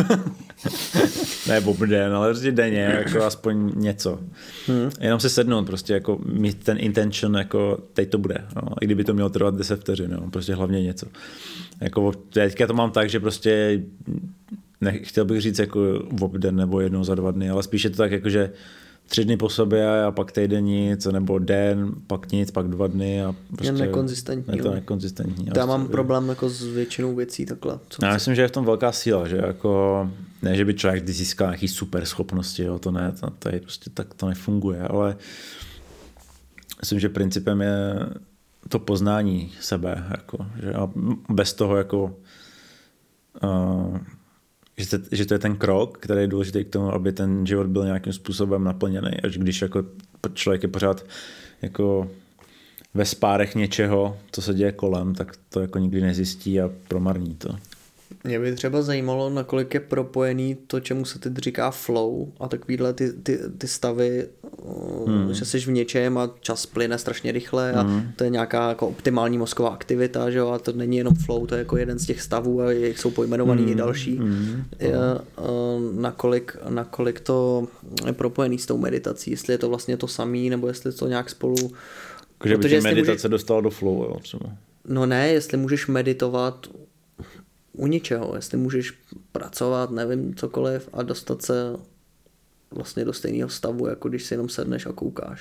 Ne bob den, ale prostě denně, jako aspoň něco. Hmm. Jenom se sednout, prostě jako mít ten intention, jako teď to bude. No. I kdyby to mělo trvat deset vteřin, no. Prostě hlavně něco. Jako teďka to mám tak, že prostě nechtěl bych říct jako v den nebo jednou za dva dny, ale spíš je to tak jako, že tři dny po sobě a pak týden nic, nebo den, pak nic, pak dva dny a prostě... Je nekonzistentní. Je to nekonzistentní. Já mám problém jako s většinou věcí takhle. Co já myslím, že je v tom velká síla, že jako ne, že by člověk získal nějaký super schopnosti, jo, to ne, to, to je prostě tak to nefunguje, ale myslím, že principem je to poznání sebe, jako, že a bez toho jako uh, Že to, že to je ten krok, který je důležitý k tomu, aby ten život byl nějakým způsobem naplněný. Až když jako člověk je pořád jako ve spárech něčeho, co se děje kolem, tak to jako nikdy nezjistí a promarní to. Mě by třeba zajímalo, nakolik je propojený to, čemu se teď říká flow a takovýhle ty, ty, ty stavy, hmm. že jsi v něčem a čas plyne strašně rychle a hmm. to je nějaká jako optimální mozková aktivita, že jo, a to není jenom flow, to je jako jeden z těch stavů a jsou pojmenovaný hmm. i další. Hmm. Je, nakolik, nakolik to je propojený s tou meditací, jestli je to vlastně to samý, nebo jestli to nějak spolu... Že by tě meditace může... dostala do flow, jo, třeba. No ne, jestli můžeš meditovat u ničeho, jestli můžeš pracovat, nevím, cokoliv a dostat se vlastně do stejného stavu, jako když si jenom sedneš a koukáš.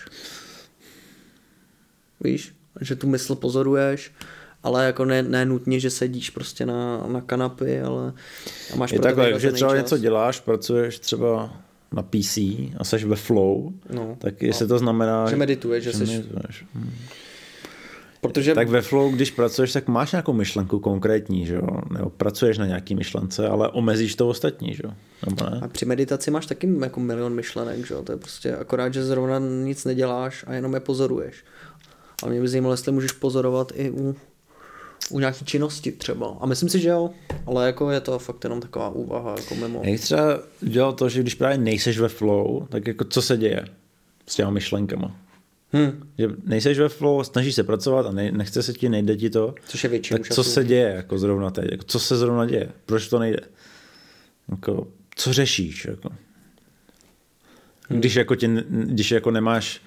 Víš, že tu mysl pozoruješ, ale jako ne, ne nutně, že sedíš prostě na, na kanapy, ale a máš je takhle, že třeba čas. Něco děláš, pracuješ třeba na P C a seš ve flow, no, tak jestli no. to znamená... Že medituješ, že, že seš... medituješ. Hmm. Protože... Tak ve flow, když pracuješ, tak máš nějakou myšlenku konkrétní, že jo? Nebo pracuješ na nějaký myšlence, ale omezíš to ostatní, že jo? Nebo ne? A při meditaci máš taky jako milion myšlenek, že jo? To je prostě akorát, že zrovna nic neděláš a jenom je pozoruješ. A mě by zajímalo, jestli můžeš pozorovat i u u nějaký činnosti třeba. A myslím si, že jo, ale jako je to fakt jenom taková úvaha jako mimo. Jak třeba dělal to, že když právě nejseš ve flow, tak jako co se děje s těma myšlenkama? Hmm. Že nejseš ve flow, snažíš se pracovat a ne, nechce se ti, nejde ti to. Což je většinou tak co se děje jako zrovna teď? Jako co se zrovna děje? Proč to nejde? Jako, co řešíš? Jako? Hmm. Když, jako tě, když jako nemáš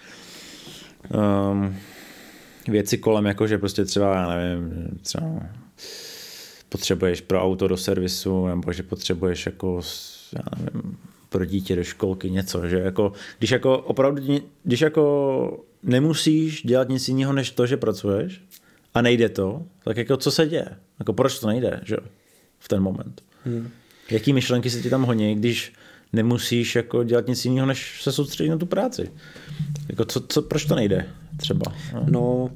um, věci kolem, jako že prostě třeba, já nevím, třeba potřebuješ pro auto do servisu, nebo že potřebuješ jako, já nevím, pro dítě do školky něco, že jako, když jako opravdu, když jako nemusíš dělat nic jiného, než to, že pracuješ a nejde to, tak jako co se děje? Jako proč to nejde, že v ten moment? Hmm. Jaký myšlenky se ti tam honí, když nemusíš jako dělat nic jiného, než se soustředit na tu práci? Jako co, co, proč to nejde třeba? No, no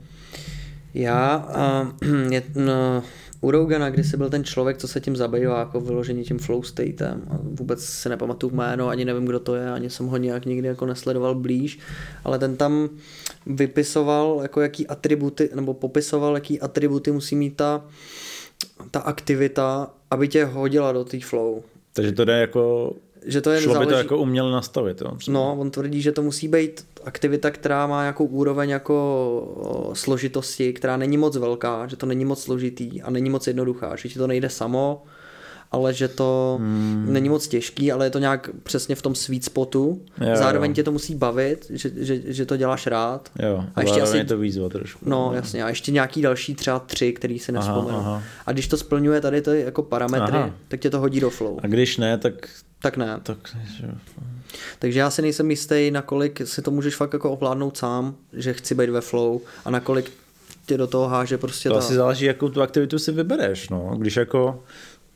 já uh, je, no, u Rogana, kdy jsi byl ten člověk, co se tím zabývá, jako vyložení tím flow statem. A vůbec si nepamatuju jméno, ani nevím, kdo to je, ani jsem ho nějak nikdy jako nesledoval blíž, ale ten tam vypisoval, jako jaký atributy, nebo popisoval, jaký atributy musí mít ta, ta aktivita, aby tě hodila do té flow. Takže to jde jako... Že to je šlo záleží... by to jako uměle nastavit. Jo? No, on tvrdí, že to musí být aktivita, která má nějakou úroveň jako o, složitosti, která není moc velká, že to není moc složitý a není moc jednoduchá, že ti to nejde samo, ale že to hmm. není moc těžký, ale je to nějak přesně v tom sweet spotu. Jo, zároveň jo. tě to musí bavit, že, že, že to děláš rád. Jo, a ještě asi je to výzva trošku. No, jasně. A ještě nějaký další třeba tři, který si nevzpomenu. A když to splňuje tady ty jako parametry, aha. tak tě to hodí do flow. A když ne, tak... Tak ne. Tak, Takže já si nejsem jistý, nakolik si to můžeš fakt jako ovládnout sám, že chci být ve flow a nakolik tě do toho háže prostě to ta... asi záleží, jakou tu aktivitu si vybereš, no. Když jako...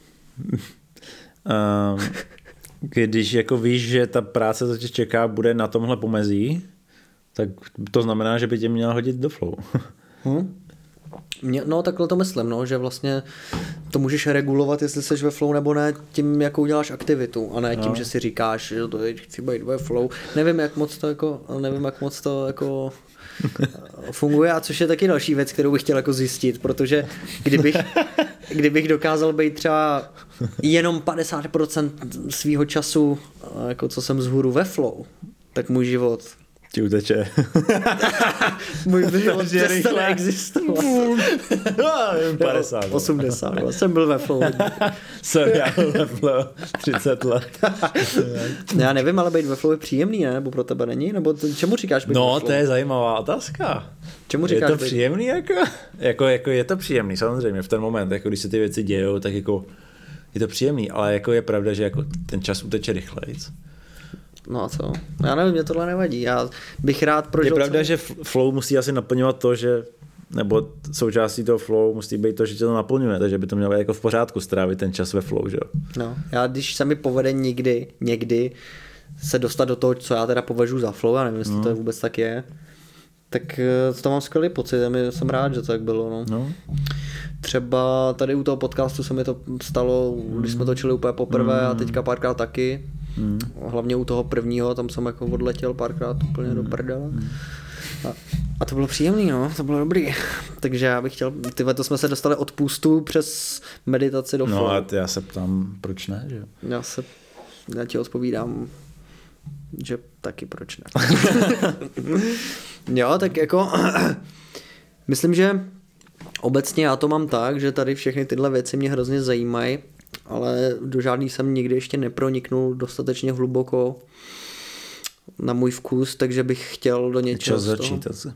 um, když jako víš, že ta práce, co tě čeká, bude na tomhle pomezí, tak to znamená, že by tě měla hodit do flow. hmm? Mě, no takhle to myslím, no, že vlastně to můžeš regulovat, jestli jsi ve flow nebo ne, tím, jakou děláš aktivitu, a ne tím, no. že si říkáš, že to je, chci být ve flow. Nevím, jak moc to jako, nevím, jak moc to jako funguje, a což je taky další věc, kterou bych chtěl jako zjistit, protože kdybych, kdybych dokázal být třeba jenom padesát procent svýho času, jako co jsem vzhůru ve flow, tak můj život ti uteče. Můj život přestane existovat. padesát. osmdesát. Jsem byl ve flow. Sorry, já byl ve flow. třicet let. Já nevím, ale být ve flow je příjemný, ne? Nebo pro tebe není? Nebo to, čemu říkáš být no, ve flow? To je zajímavá otázka. Čemu říkáš je to být... příjemný? Jako? Jako, jako je to příjemný, samozřejmě. V ten moment, jako když se ty věci dějou, tak jako je to příjemný, ale jako je pravda, že jako ten čas uteče rychlejc. No a co? Já nevím, mě tohle nevadí. Já bych rád prožil... Je pravda, co... že flow musí asi naplňovat to, že nebo součástí toho flow musí být to, že tě to naplňuje, takže by to mělo být jako v pořádku strávit ten čas ve flow, že jo? No, já když se mi povede někdy, někdy se dostat do toho, co já teda považuji za flow, já nevím, jestli no. to vůbec tak je, tak to mám skvělý pocit a jsem rád, že to tak bylo, no. no. Třeba tady u toho podcastu se mi to stalo, mm. když jsme točili úplně poprvé mm. a teďka párkrát taky. Mm. Hlavně u toho prvního, tam jsem jako odletěl párkrát úplně mm. do prdele. Mm. A, a to bylo příjemný, no, to bylo dobrý. Takže já bych chtěl, tyhle, to jsme se dostali od půstu přes meditaci do flow. No a já se ptám, proč ne, že? Já se, já ti odpovídám, že taky proč ne. Jo, tak jako, myslím, že obecně já to mám tak, že tady všechny tyhle věci mě hrozně zajímají, ale do žádný jsem nikdy ještě neproniknul dostatečně hluboko na můj vkus, takže bych chtěl do něčeho Čas začít asi.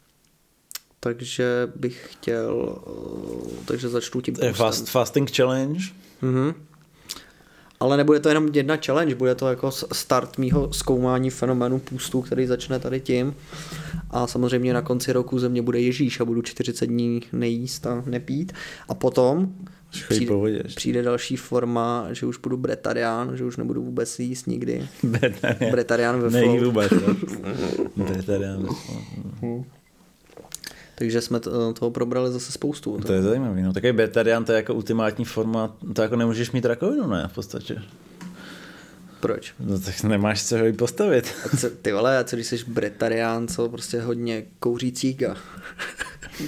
Takže bych chtěl, takže začnu tím postem. Fast, fasting challenge. Mhm. Ale nebude to jenom jedna challenge, bude to jako start mýho zkoumání fenoménu půstu, který začne tady tím. A samozřejmě na konci roku ze mě bude Ježíš a budu čtyřicet dní nejíst a nepít. A potom přijde, přijde další forma, že už budu bretarián, že už nebudu vůbec jíst nikdy. Bretarián. Bretarián ve flow. Nejí vůbec. Bretarián ve flow. Takže jsme to, toho probrali zase spoustu. To je zajímavé. No. Takový bretarián, to je jako ultimátní forma, to jako nemůžeš mít rakovinu, ne? V podstatě. Proč? No tak nemáš co ho jí postavit. A co, ty vole, a co když jsi bretarián, co prostě hodně kouří cíga?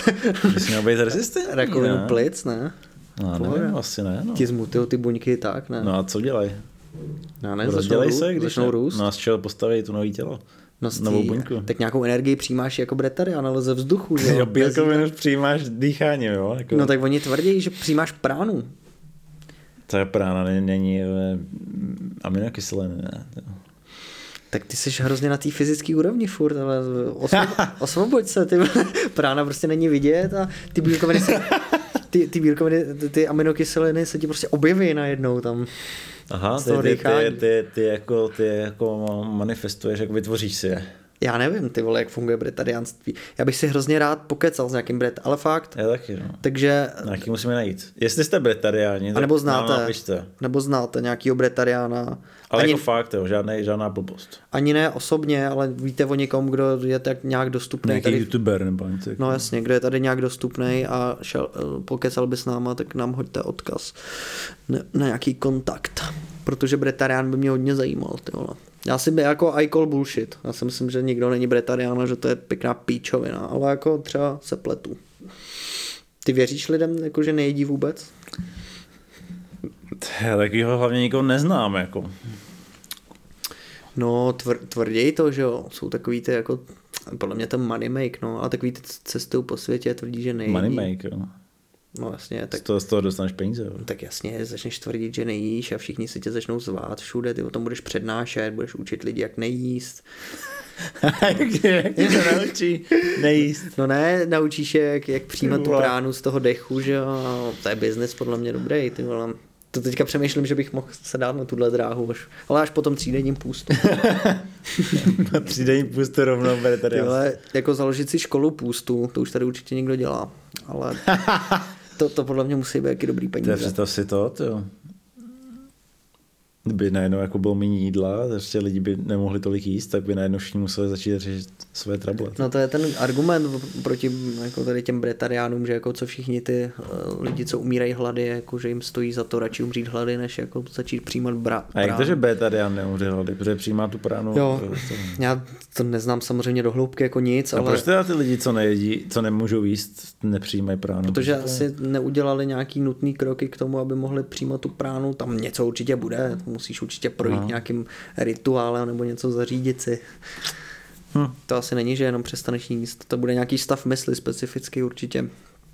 Bys měl být rezistentní, rakovinu ne? plic, ne? No, nevím, asi ne. No. Ti zmutujou ty buňky tak, ne? No a co dělají? No, ne, začnou, Rozdělej růst, se, když začnou růst. No a z čeho postaví tu nový tělo? No, z novou tý- buňku. Tak nějakou energii přijímáš jako bretarian, ale ze vzduchu, že Jo, Bez- bílkovinu přijímáš dýcháním, jo? Jako... No tak oni tvrdí, že přijímáš pránu. To je prána, není, není ale aminokyseliny, ne? Tak ty jsi hrozně na té fyzické úrovni furt, ale osvob- osvoboď se, ty prána prostě není vidět a ty bílkoviny se, ty, ty bílkoviny, ty, ty aminokyseliny se ti prostě objeví najednou tam. Aha, z ty, toho ty, ty, dýchání. ty, ty, jako, ty jako manifestuješ, jako vytvoříš si je. Já nevím, ty vole, jak funguje bretariánství. Já bych si hrozně rád pokecal s nějakým bret, ale fakt. Já taky, no. Takže, Nějaký musíme najít. Jestli jste bretariáni, a nebo tak nám znáte, napište. nebo znáte nějakýho bretariána. Ale Ani, jako fakt, jo, žádnej, žádná blbost. ani ne osobně, ale víte o někom, kdo je tak nějak dostupný. Nějaký Tady, youtuber nebo něco. no jasně, kdo je tady nějak dostupný a šel, pokecal by s náma, tak nám hoďte odkaz na, na nějaký kontakt. Protože bretarián by mě hodně zajímal. Ty vole. Já si by jako I call bullshit. Já si myslím, že nikdo není bretarián, že to je pěkná píčovina, ale jako třeba se pletu. Ty věříš lidem, jako že nejedí vůbec? Já takovýho hlavně nikoho neznám, jako. No, tvr, tvrději to, že jo, jsou takový ty jako, podle mě to money make, no, a takový ty cestují po světě tvrdí, že nejedí. Money make, jo. No jasně, tak, Z toho, z toho dostaneš peníze, jo. tak jasně, začneš tvrdit, že nejíš a všichni si tě začnou zvát všude, ty o tom budeš přednášet, budeš učit lidi, jak nejíst. jak tě to naučí nejíst? No ne, naučíš je, jak, jak přijímat tu Vole. pránu z toho dechu, že jo, a to je business podle mě dobrý, ty vole. To teďka přemýšlím, že bych mohl se dát na tuhle dráhu, až, ale až po tom třídenním půstu. Na třídenní půstu rovnou Ty vegetarián. vole, jako založit si školu půstu, to už tady určitě někdo dělá, ale to, to podle mě musí být jaký dobrý To je peníze. představ si to, jo. Kdyby najednou jako bylo méně jídla, takže lidi by nemohli tolik jíst, tak by najednou všichni museli začít řešit své trable. No to je ten argument proti jako tady těm bretariánům, že jako co všichni ty uh, lidi, co umírají hlady, jako že jim stojí za to radši umřít hlady, než jako začít přijímat bra. A jak to, že betarián neumře hlady, protože přijímá tu pránu? Jo, to- já to neznám samozřejmě do hloubky jako nic, A ale proč teda ty lidi, co nejedí, co nemůžou jíst, nepřijímají pránu? protože asi neudělali nějaký nutný kroky k tomu, aby mohli přijímat tu pránu, tam něco určitě bude, musíš určitě projít No. nějakým rituálem nebo něco zařídit si. Hm. To asi není, že jenom přestaneš jíst, to bude nějaký stav mysli specifický určitě.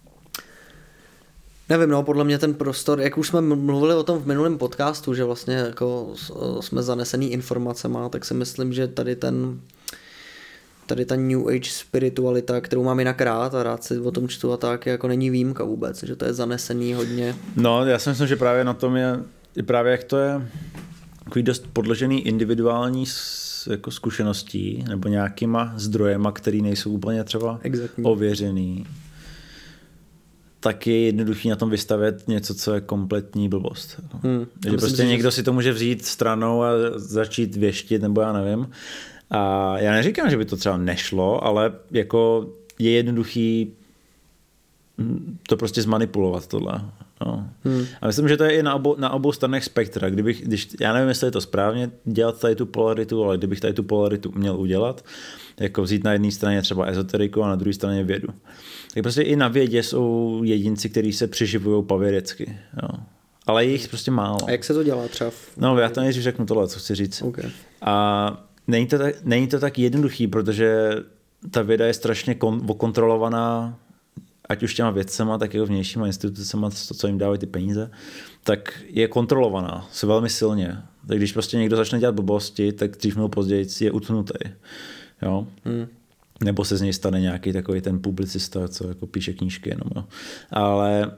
Nevím, no, podle mě ten prostor, jak už jsme mluvili o tom v minulém podcastu, že vlastně jako jsme zanesený informacema, tak si myslím, že tady ten tady ta New Age spiritualita, kterou mám jinak rád a rád si o tom čtu a tak, jako není výjimka vůbec, že to je zanesený hodně. No, já si myslím, že právě na tom je, je právě jak to je takový dost podložený individuální s- jako zkušeností nebo nějakýma zdrojema, který nejsou úplně třeba Exaktní. ověřený, tak je jednoduchý na tom vystavět něco, co je kompletní blbost. Hmm. Že Myslím prostě si, že- někdo si to může vzít stranou a začít věštit, nebo já nevím. A já neříkám, že by to třeba nešlo, ale jako je jednoduchý to prostě zmanipulovat tohle. No. Hmm. A myslím, že to je i na obou, na obou stranách spektra. Kdybych, když, já nevím, jestli je to správně dělat tady tu polaritu, ale kdybych tady tu polaritu měl udělat, jako vzít na jedné straně třeba ezoteriku a na druhé straně vědu. Tak prostě i na vědě jsou jedinci, kteří se přiživují pavědecky. Jo. Ale je jich prostě málo. A jak se to dělá třeba? V... No, já to nejdřív řeknu tohle, co chci říct. Okay. A není to, tak, není to tak jednoduchý, protože ta věda je strašně kon, okontrolovaná, ať už těma vědcema, tak i vnějšíma institucema, to, co jim dávají ty peníze, tak je kontrolovaná, se velmi silně. Tak když prostě někdo začne dělat blbosti, tak dřív nebo později je utnutý. Jo? Hmm. Nebo se z něj stane nějaký takový ten publicista, co jako píše knížky jenom. Jo? Ale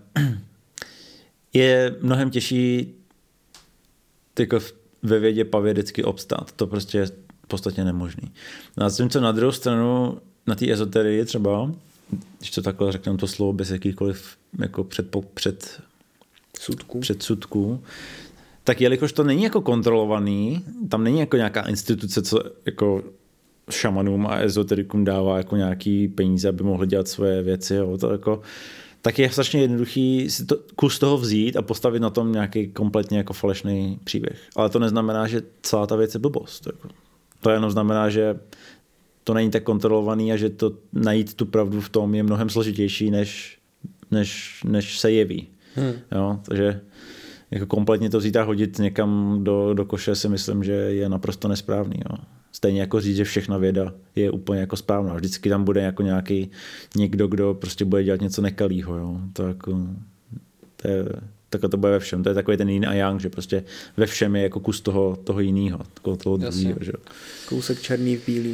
je mnohem těžší jako ve vědě pavědecky obstát. To prostě je v podstatě nemožný. No a tím, co na druhou stranu, na té ezoterii třeba, když to takhle řekneme to slovo bez jakýchkoliv jako předpo, před, Sudků. předsudků, tak jelikož to není jako kontrolovaný, tam není jako nějaká instituce, co jako šamanům a ezoterikům dává jako nějaký peníze, aby mohli dělat svoje věci, jo, to jako, tak je strašně jednoduchý si to, kus toho vzít a postavit na tom nějaký kompletně jako falešný příběh. Ale to neznamená, že celá ta věc je blbost. Jako. To jenom znamená, že to není tak kontrolovaný a že to najít tu pravdu v tom je mnohem složitější, než, než, než se jeví. Hmm. Jo, takže jako kompletně to vzít a hodit někam do, do koše si myslím, že je naprosto nesprávný. Jo. Stejně jako říct, že všechna věda je úplně jako správná. Vždycky tam bude jako nějaký někdo, kdo prostě bude dělat něco nekalýho. Jo. To jako, to je, takhle to bude ve všem. To je takový ten yin a yang, že prostě ve všem je jako kus toho, toho jiného. Toho druhého, že? Kousek černý v bílý.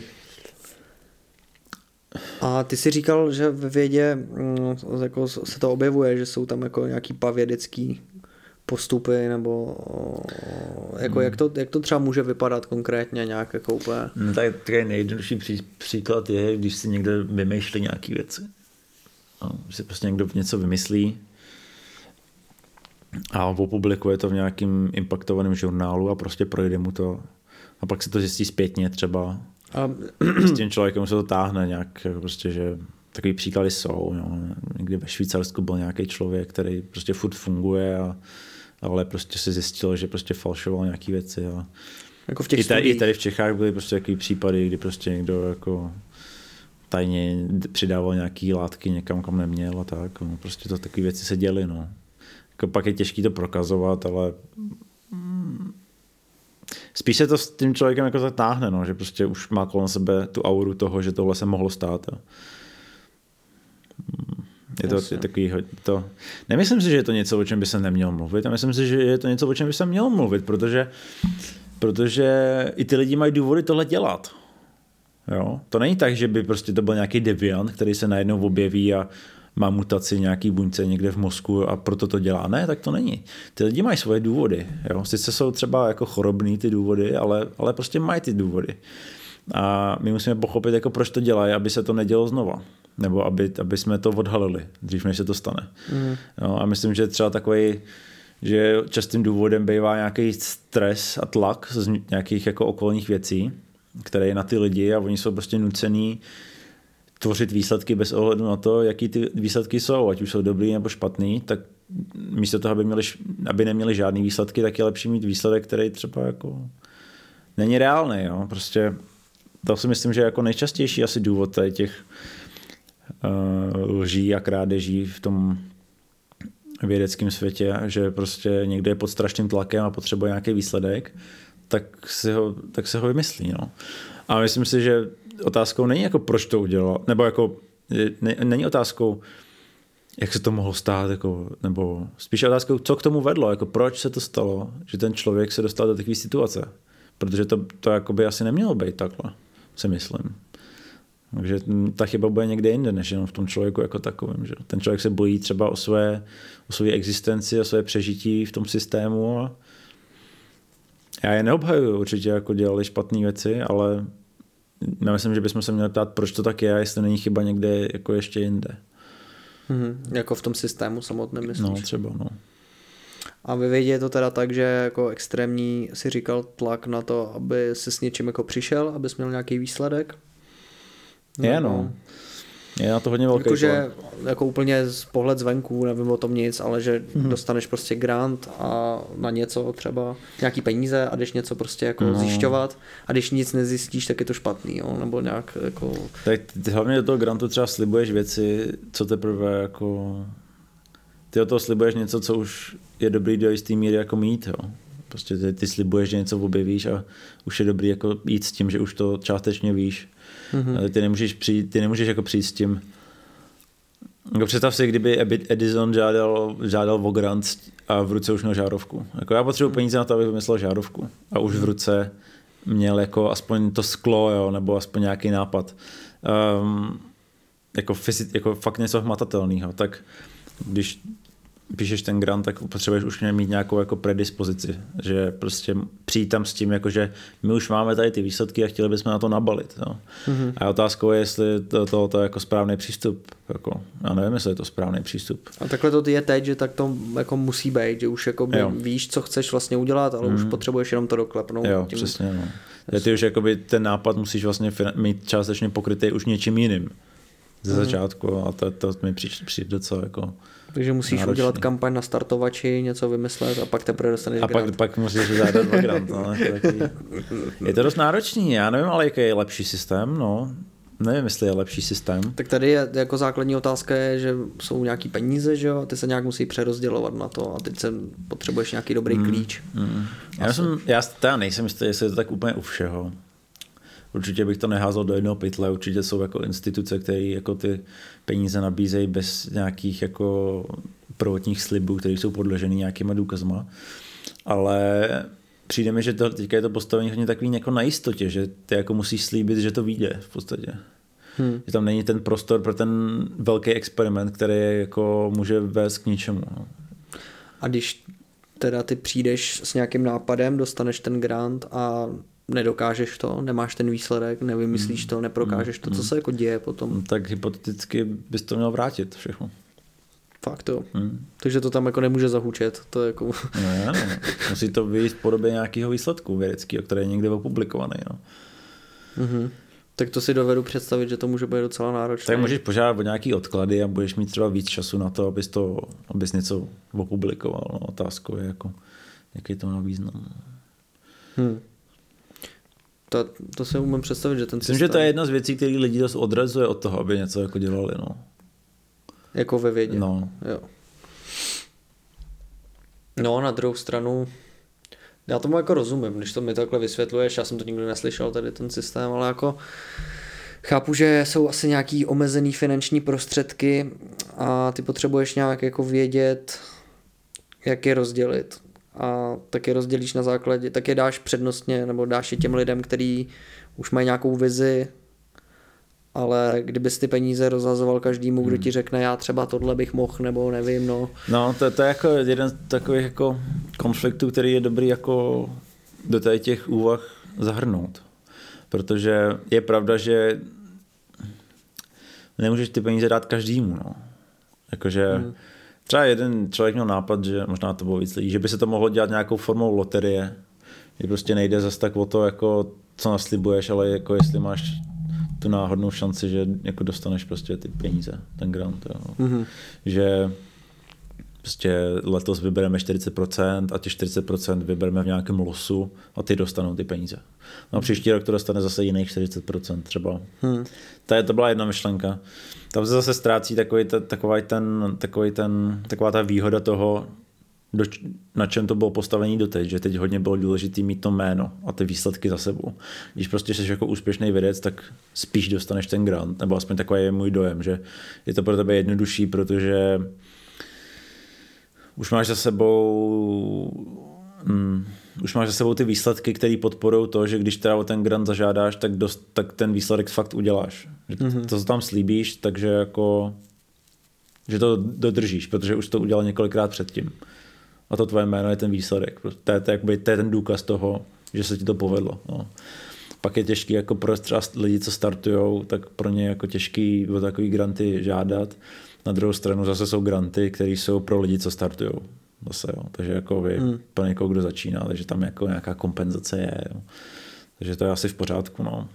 A ty jsi říkal, že ve vědě jako se to objevuje, že jsou tam jako nějaký pavědecký postupy, nebo jako hmm. jak, to, jak to třeba může vypadat konkrétně nějak jako úplně? No, tak takový nejjednodušší pří, příklad je, když si někdo vymýšlí nějaký věci. No, že si prostě někdo něco vymyslí a opublikuje to v nějakým impaktovaném žurnálu a prostě projde mu to a pak se to zjistí zpětně třeba. A s tím člověkem se to táhne nějak, jako prostě, že takový příklady jsou. Jo. Někdy ve Švýcarsku byl nějaký člověk, který prostě furt funguje, a, ale prostě se zjistilo, že prostě falšoval nějaký věci. A jako v těch i, tady, I tady v Čechách byly prostě takový případy, kdy prostě někdo jako tajně přidával nějaký látky někam, kam neměl a tak. No, prostě to takové věci se děly. No. Jako pak je těžké to prokazovat, ale spíš se to s tím člověkem jako zatáhne, no, že prostě už má kolem sebe tu auru toho, že tohle se mohlo stát. Jo. Je to je takový, to, nemyslím si, že je to něco, o čem by se nemělo mluvit, a myslím si, že je to něco, o čem by se mělo mluvit, protože, protože i ty lidi mají důvody tohle dělat. Jo? To není tak, že by prostě to byl nějaký deviant, který se najednou objeví a má mutaci nějaký buňce někde v mozku a proto to dělá. Ne, tak to není. Ty lidi mají svoje důvody. Jo? Sice jsou třeba jako chorobný ty důvody, ale, ale prostě mají ty důvody. A my musíme pochopit, jako proč to dělají, aby se to nedělo znova. Nebo aby, aby jsme to odhalili, dřív než se to stane. Mm. Jo, a myslím, že třeba takový, že častým důvodem bývá nějaký stres a tlak z nějakých jako okolních věcí, které je na ty lidi, a oni jsou prostě nucený tvořit výsledky bez ohledu na to, jaký ty výsledky jsou, ať už jsou dobrý nebo špatný, tak místo toho, aby, měli, aby neměli žádný výsledky, tak je lepší mít výsledek, který třeba jako není reálný. Jo? Prostě to si myslím, že je jako nejčastější asi důvod tady těch uh, lží a krádeží v tom vědeckém světě, že prostě někde je pod strašným tlakem a potřebuje nějaký výsledek, tak si ho, tak se ho vymyslí. No. A myslím si, že otázkou není jako proč to udělal, nebo jako ne, není otázkou, jak se to mohlo stát, jako, nebo spíš otázkou, co k tomu vedlo, jako proč se to stalo, že ten člověk se dostal do takové situace. Protože to, to jako by asi nemělo být takhle, si myslím. Takže ta chyba bude někde jinde, než jenom v tom člověku jako takovém. Že? Ten člověk se bojí třeba o své, o své existenci, o své přežití v tom systému. A já je neobhajuju, určitě jako dělali špatné věci, ale já myslím, že bychom se měli ptát, proč to tak je, a jestli není chyba někde jako ještě jinde. Hmm, jako v tom systému samotném, myslíš? No, třeba, no. A ve vědě je to teda tak, že jako extrémní si říkal tlak na to, aby se s něčím jako přišel, abys měl nějaký výsledek? Je, no. Je na to hodně velký jako, že, jako úplně z pohled zvenku, nevím o tom nic, ale že mm-hmm. dostaneš prostě grant a na něco třeba nějaký peníze a jdeš něco prostě jako no. zjišťovat, a když nic nezjistíš, tak je to špatný, jo? Nebo nějak jako... Tak ty hlavně do toho grantu třeba slibuješ věci, co teprve jako... Ty od toho slibuješ něco, co už je dobrý do jistý míry jako mít, jo. Prostě ty, ty slibuješ, že něco objevíš a už je dobrý jako jít s tím, že už to částečně víš. Mm-hmm. Ale ty nemůžeš přijít, ty nemůžeš jako přijít s tím. Jako představ si, kdyby Edison žádal, žádal o grant a v ruce už měl žárovku. Jako já potřebuji peníze na to, abych vymyslel žárovku. A už v ruce měl jako aspoň to sklo, jo, nebo aspoň nějaký nápad. Um, jako, fyzi, jako fakt něco hmatatelného. Tak když píšeš ten grant, tak potřebuješ už mít nějakou jako predispozici, že prostě přijít tam s tím, jako že my už máme tady ty výsledky a chtěli bychom na to nabalit. No. Mm-hmm. A otázkou je, jestli to, to, to je jako správný přístup. Jako, já nevím, jestli je to správný přístup. A takhle to je teď, že tak to jako musí být, že už jako víš, co chceš vlastně udělat, ale mm. už potřebuješ jenom to doklepnout. Jo, tím... přesně. No. Ty už jakoby ten nápad musíš vlastně mít částečně pokrytý už něčím jiným. ze mm. začátku a to, to mi přijde, přijde docela jako takže musíš náročný. Udělat kampaň na startovači, něco vymyslet a pak teprve dostaneš a grant. A pak, pak musíš zadat dva grant. No, je to dost náročný, já nevím, ale jaký je lepší systém, no. Nevím, jestli je lepší systém. Tak tady je jako základní otázka je, že jsou nějaký peníze, že jo, a ty se nějak musí přerozdělovat na to a teď se potřebuješ nějaký dobrý mm, klíč. Mm. Já, jsem, já teda nejsem jistý, jestli je to tak úplně u všeho. Určitě bych to neházel do jednoho pytle, určitě jsou jako instituce, které jako ty peníze nabízejí bez nějakých jako prvotních slibů, které jsou podložený nějakýma důkazma, ale přijde mi, že to, teďka je to postavení hodně takový jako na jistotě, že ty jako musíš slíbit, že to vyjde v podstatě. Hmm. Že tam není ten prostor pro ten velký experiment, který jako může vést k ničemu. No. A když teda ty přijdeš s nějakým nápadem, dostaneš ten grant a nedokážeš to, nemáš ten výsledek, nevymyslíš to, neprokážeš to, co se jako děje potom? Tak hypoteticky bys to měl vrátit všechno. Fakt jo. Hmm. Takže to tam jako nemůže zahučet. To je jako... Ne, ne. Musí to vyjít v podobě nějakého výsledku vědeckého, který je někde opublikovaný. No. Mm-hmm. Tak to si dovedu představit, že to může být docela náročné. Tak můžeš požádat o nějaký odklady a budeš mít třeba víc času na to, abys, to, abys něco opublikoval. No. Otázkou je, jako, jaký to má význam. Hmm. To, to si umím představit, že ten Myslím, systém... že to je jedna z věcí, který lidi dost odrazuje od toho, aby něco jako dělali. No. Jako ve vědě. No. Jo. No, na druhou stranu, já tomu jako rozumím, když to mi takhle vysvětluješ, já jsem to nikdy neslyšel, tady ten systém, ale jako chápu, že jsou asi nějaký omezený finanční prostředky a ty potřebuješ nějak jako vědět, jak je rozdělit. A tak je rozdělíš na základě, tak je dáš přednostně, nebo dáš je těm lidem, kteří už mají nějakou vizi, ale kdybys ty peníze rozhazoval každému, kdo ti řekne, já třeba tohle bych mohl, nebo nevím, no. No, to, to je jako jeden z takových jako konfliktů, který je dobrý jako do tady těch úvah zahrnout. Protože je pravda, že nemůžeš ty peníze dát každému, no. Jakože hmm. třeba jeden člověk měl nápad, že možná to bylo víc lidí, že by se to mohlo dělat nějakou formou loterie, že prostě nejde zase tak o to, jako co naslibuješ, ale jako jestli máš tu náhodnou šanci, že jako dostaneš prostě ty peníze, ten grant. Jo. Mm-hmm. Že prostě letos vybereme čtyřicet procent a těch čtyřicet procent vybereme v nějakém losu a ty dostanou ty peníze. No a příští rok to dostane zase jiných čtyřicet procent třeba. Hmm. To, je, to byla jedna myšlenka. Tam se zase ztrácí takový, takový ten, takový ten, taková ta výhoda toho, do, na čem to bylo postavení doteď, že teď hodně bylo důležité mít to jméno a ty výsledky za sebou. Když prostě jsi jako úspěšný vědec, tak spíš dostaneš ten grant, nebo aspoň takový je můj dojem, že je to pro tebe jednodušší, protože už máš za sebou mm, už máš za sebou ty výsledky, které podporují to, že když teda o ten grant zažádáš, tak, dost, tak ten výsledek fakt uděláš. Že to, mm-hmm. to, co tam slíbíš, takže jako že to dodržíš, protože už to udělal několikrát předtím. A to tvoje jméno je ten výsledek. To je, to, jakoby, to je ten důkaz toho, že se ti to povedlo. No. Pak je těžký jako pro třeba lidi, co startujou, tak pro ně je jako těžký o takový granty žádat. Na druhou stranu zase jsou granty, které jsou pro lidi, co startujou. Zase, jo. Takže jako vy, hmm. pro někoho, kdo začíná, takže tam jako nějaká kompenzace je. Jo. Takže to je asi v pořádku. No.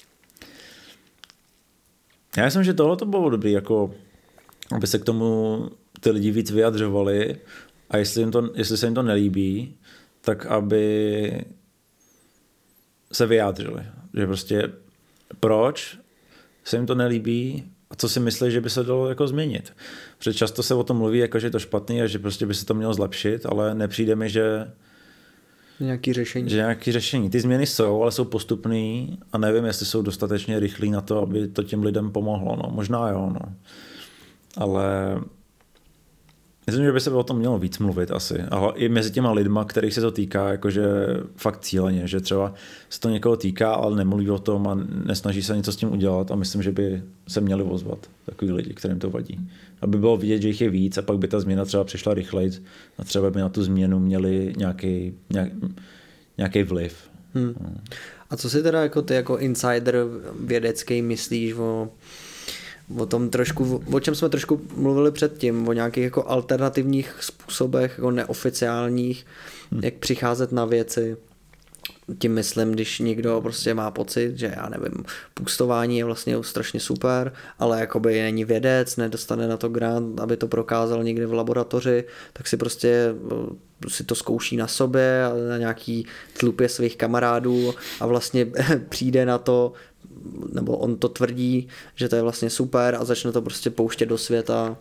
Já myslím, že tohle to bylo dobrý, jako, aby se k tomu ty lidi víc vyjadřovali a jestli, jim to, jestli se jim to nelíbí, tak aby se vyjádřili. Že prostě proč se jim to nelíbí a co si myslí, že by se dalo jako změnit. Protože často se o tom mluví, jako, že je to špatný a že prostě by se to mělo zlepšit, ale nepřijde mi, že nějaký řešení. Že nějaký řešení. Ty změny jsou, ale jsou postupný a nevím, jestli jsou dostatečně rychlí na to, aby to těm lidem pomohlo. No, možná jo, no. Ale myslím, že by se o tom mělo víc mluvit asi. A i mezi těma lidma, kterých se to týká, jakože fakt cíleně, že třeba se to někoho týká, ale nemluví o tom a nesnaží se něco s tím udělat a myslím, že by se měli ozvat takový lidi, kterým to vadí. Aby bylo vidět, že jich je víc a pak by ta změna třeba přišla rychleji a třeba by na tu změnu měli nějaký, nějak, nějaký vliv. Hmm. No. A co si teda jako ty jako insider vědecký myslíš o O tom trošku, o čem jsme trošku mluvili předtím, o nějakých jako alternativních způsobech, jako neoficiálních, hmm. jak přicházet na věci. tím myslím, když někdo prostě má pocit, že já nevím, půstování je vlastně strašně super, ale jakoby není vědec, nedostane na to grant, aby to prokázal někde v laboratoři, tak si prostě si to zkouší na sobě a na nějaký tlupě svých kamarádů a vlastně přijde na to, nebo on to tvrdí, že to je vlastně super a začne to prostě pouštět do světa.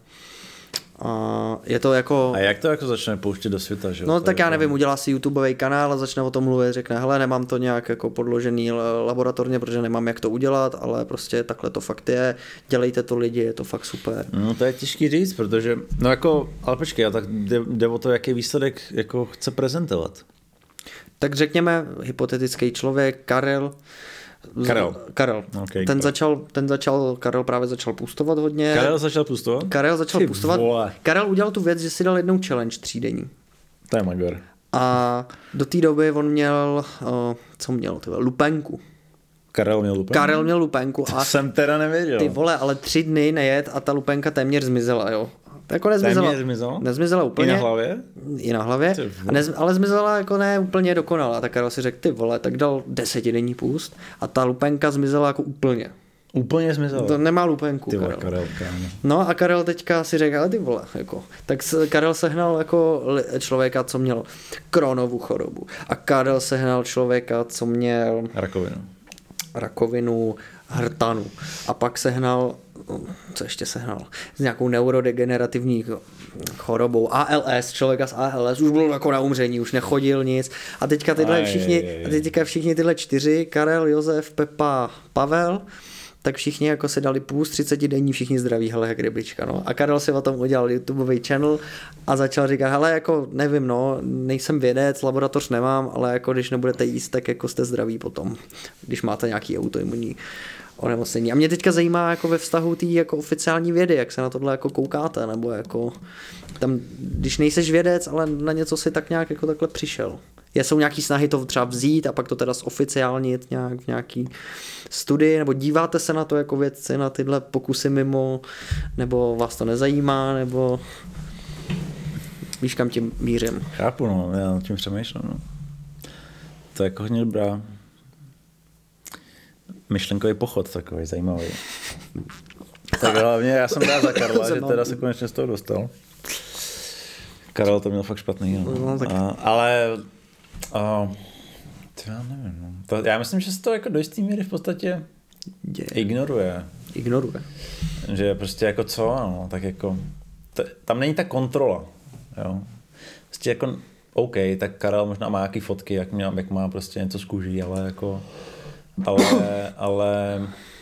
A je to jako... A jak to jako začne pouštět do světa, že? No to tak já jako... nevím, udělá si YouTubeový kanál a začne o tom mluvit, řekne, hele, nemám to nějak jako podložený laboratorně, protože nemám jak to udělat, ale prostě takhle to fakt je, dělejte to lidi, je to fakt super. No to je těžký říct, protože, no jako, ale počkej, tak jde, jde o to, jaký výsledek jako chce prezentovat. Tak řekněme, hypotetický člověk, Karel, Karel. Karel. Okay, ten, začal, ten začal, Karel právě začal půstovat hodně. Karel začal půstovat? Karel začal Ty půstovat. Vole. Karel udělal tu věc, že si dal jednou challenge třídenní. To je magor. A do té doby on měl, o, co měl, tyhle, lupenku. Karel měl lupenku? Karel měl lupenku. To a jsem teda nevěděl. Ty vole, ale tři dny nejet a ta lupenka téměř zmizela, jo. To jako nezmizela. Téměř zmizela? Nezmizela úplně. I na hlavě? I na hlavě. A nez, ale zmizela jako ne úplně dokonala. Tak Karel si řekl, ty vole, tak dal desetidenní půst a ta lupenka zmizela jako úplně. Úplně zmizela? To nemá lupenku, ty vole, Karel. Karel, kámo. No a Karel teďka si řekl, ale ty vole, jako. Tak Karel sehnal jako člověka, co měl Crohnovu chorobu. A Karel sehnal člověka, co měl rakovinu. Rakovinu hrtanu. A pak sehnal, co ještě sehnal, s nějakou neurodegenerativní chorobou. A L S, člověka z A L S, už byl jako na umření, už nechodil nic. A teďka tyhle všichni, a teďka všichni tyhle čtyři, Karel, Josef, Pepa, Pavel, tak všichni jako se dali půst třicet denní, všichni zdraví, hele, jak rybička, no. A Karel si o tom udělal YouTubeový channel a začal říkat, hele, jako nevím, no, nejsem vědec, laboratoř nemám, ale jako když nebudete jíst, tak jako jste zdraví potom, když máte nějaký autoimunní onemocnění. A mě teďka zajímá jako ve vztahu té jako oficiální vědy, jak se na tohle jako koukáte, nebo jako tam, když nejseš vědec, ale na něco si tak nějak jako takhle přišel. Jsou nějaký snahy to třeba vzít a pak to teda zoficiálnit nějak v nějaký studii, nebo díváte se na to jako vědci, na tyhle pokusy mimo, nebo vás to nezajímá, nebo víš, kam tím mířím. Chápu, no, já nad tím přemýšlím, no. To je jako hodně dobrá myšlenkový pochod takový zajímavý. Tak hlavně já jsem rád za Karla, že teda se konečně z toho dostal. Karel to měl fakt špatný, no. No, tak... A, ale a, to já nevím, no. To, já myslím, že se to jako do jistý míry v podstatě Je. ignoruje. Ignoruje. Že prostě jako co, no, tak jako t- tam není ta kontrola, jo. Prostě jako OK, tak Karel možná má nějaký fotky, jak, měl, jak má prostě něco z kůží, ale jako ale, ale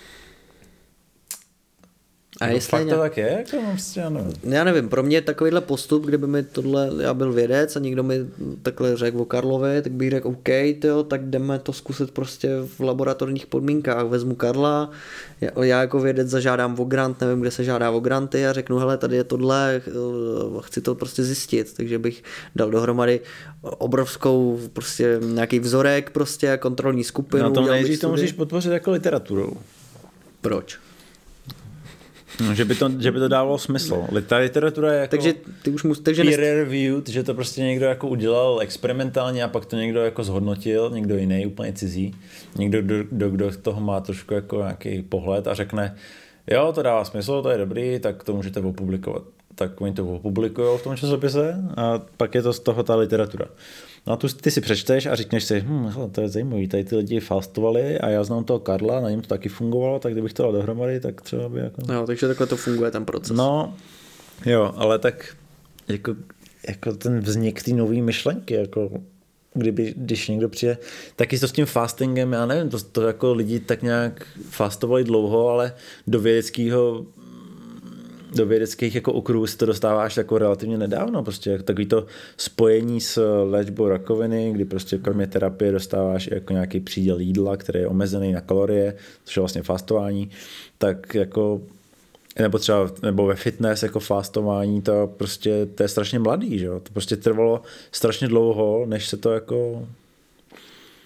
a jako jestli fakt nějak... to tak je? Jako, prostě, já nevím. Já nevím, pro mě takovýhle postup, kdyby mi tohle, já byl vědec a někdo mi takhle řekl o Karlovi, tak bych řekl OK, tyjo, tak jdeme to zkusit prostě v laboratorních podmínkách. Vezmu Karla, já jako vědec zažádám o grant, nevím, kde se žádá o granty a řeknu, hele, tady je tohle, chci to prostě zjistit, takže bych dal dohromady obrovskou prostě nějaký vzorek, prostě kontrolní skupinu. No to nejdřív to musíš podpořit jako literaturou. Proč? No, že by to, že by to dávalo smysl. Ta literatura je jako takže ty už mus, takže peer reviewed, že to prostě někdo jako udělal experimentálně a pak to někdo jako zhodnotil, někdo jiný, úplně cizí. Někdo, kdo, kdo, kdo toho má trošku jako nějaký pohled a řekne, jo, to dává smysl, to je dobrý, tak to můžete opublikovat. Tak oni to opublikujou v tom časopise a pak je to z toho ta literatura. No a tu ty si přečteš a řekneš si, hm, hele, to je zajímavý, tady ty lidi fastovali a já znám toho Karla, na něm to taky fungovalo, tak kdybych to dal dohromady, tak třeba by jako... No, takže takhle to funguje ten proces. No, jo, ale tak jako, jako ten vznik té nové myšlenky, jako kdyby, když někdo přijde, taky to s tím fastingem, já nevím, to, to jako lidi tak nějak fastovali dlouho, ale do vědeckého do vědeckých jako okruhů si to dostáváš jako relativně nedávno, prostě takový to spojení s léčbou rakoviny, kdy prostě kromě terapie dostáváš jako nějaký příděl jídla, který je omezený na kalorie, což je vlastně fastování, tak jako nebo třeba nebo ve fitness jako fastování, to prostě to je strašně mladý, že jo? To prostě trvalo strašně dlouho, než se to jako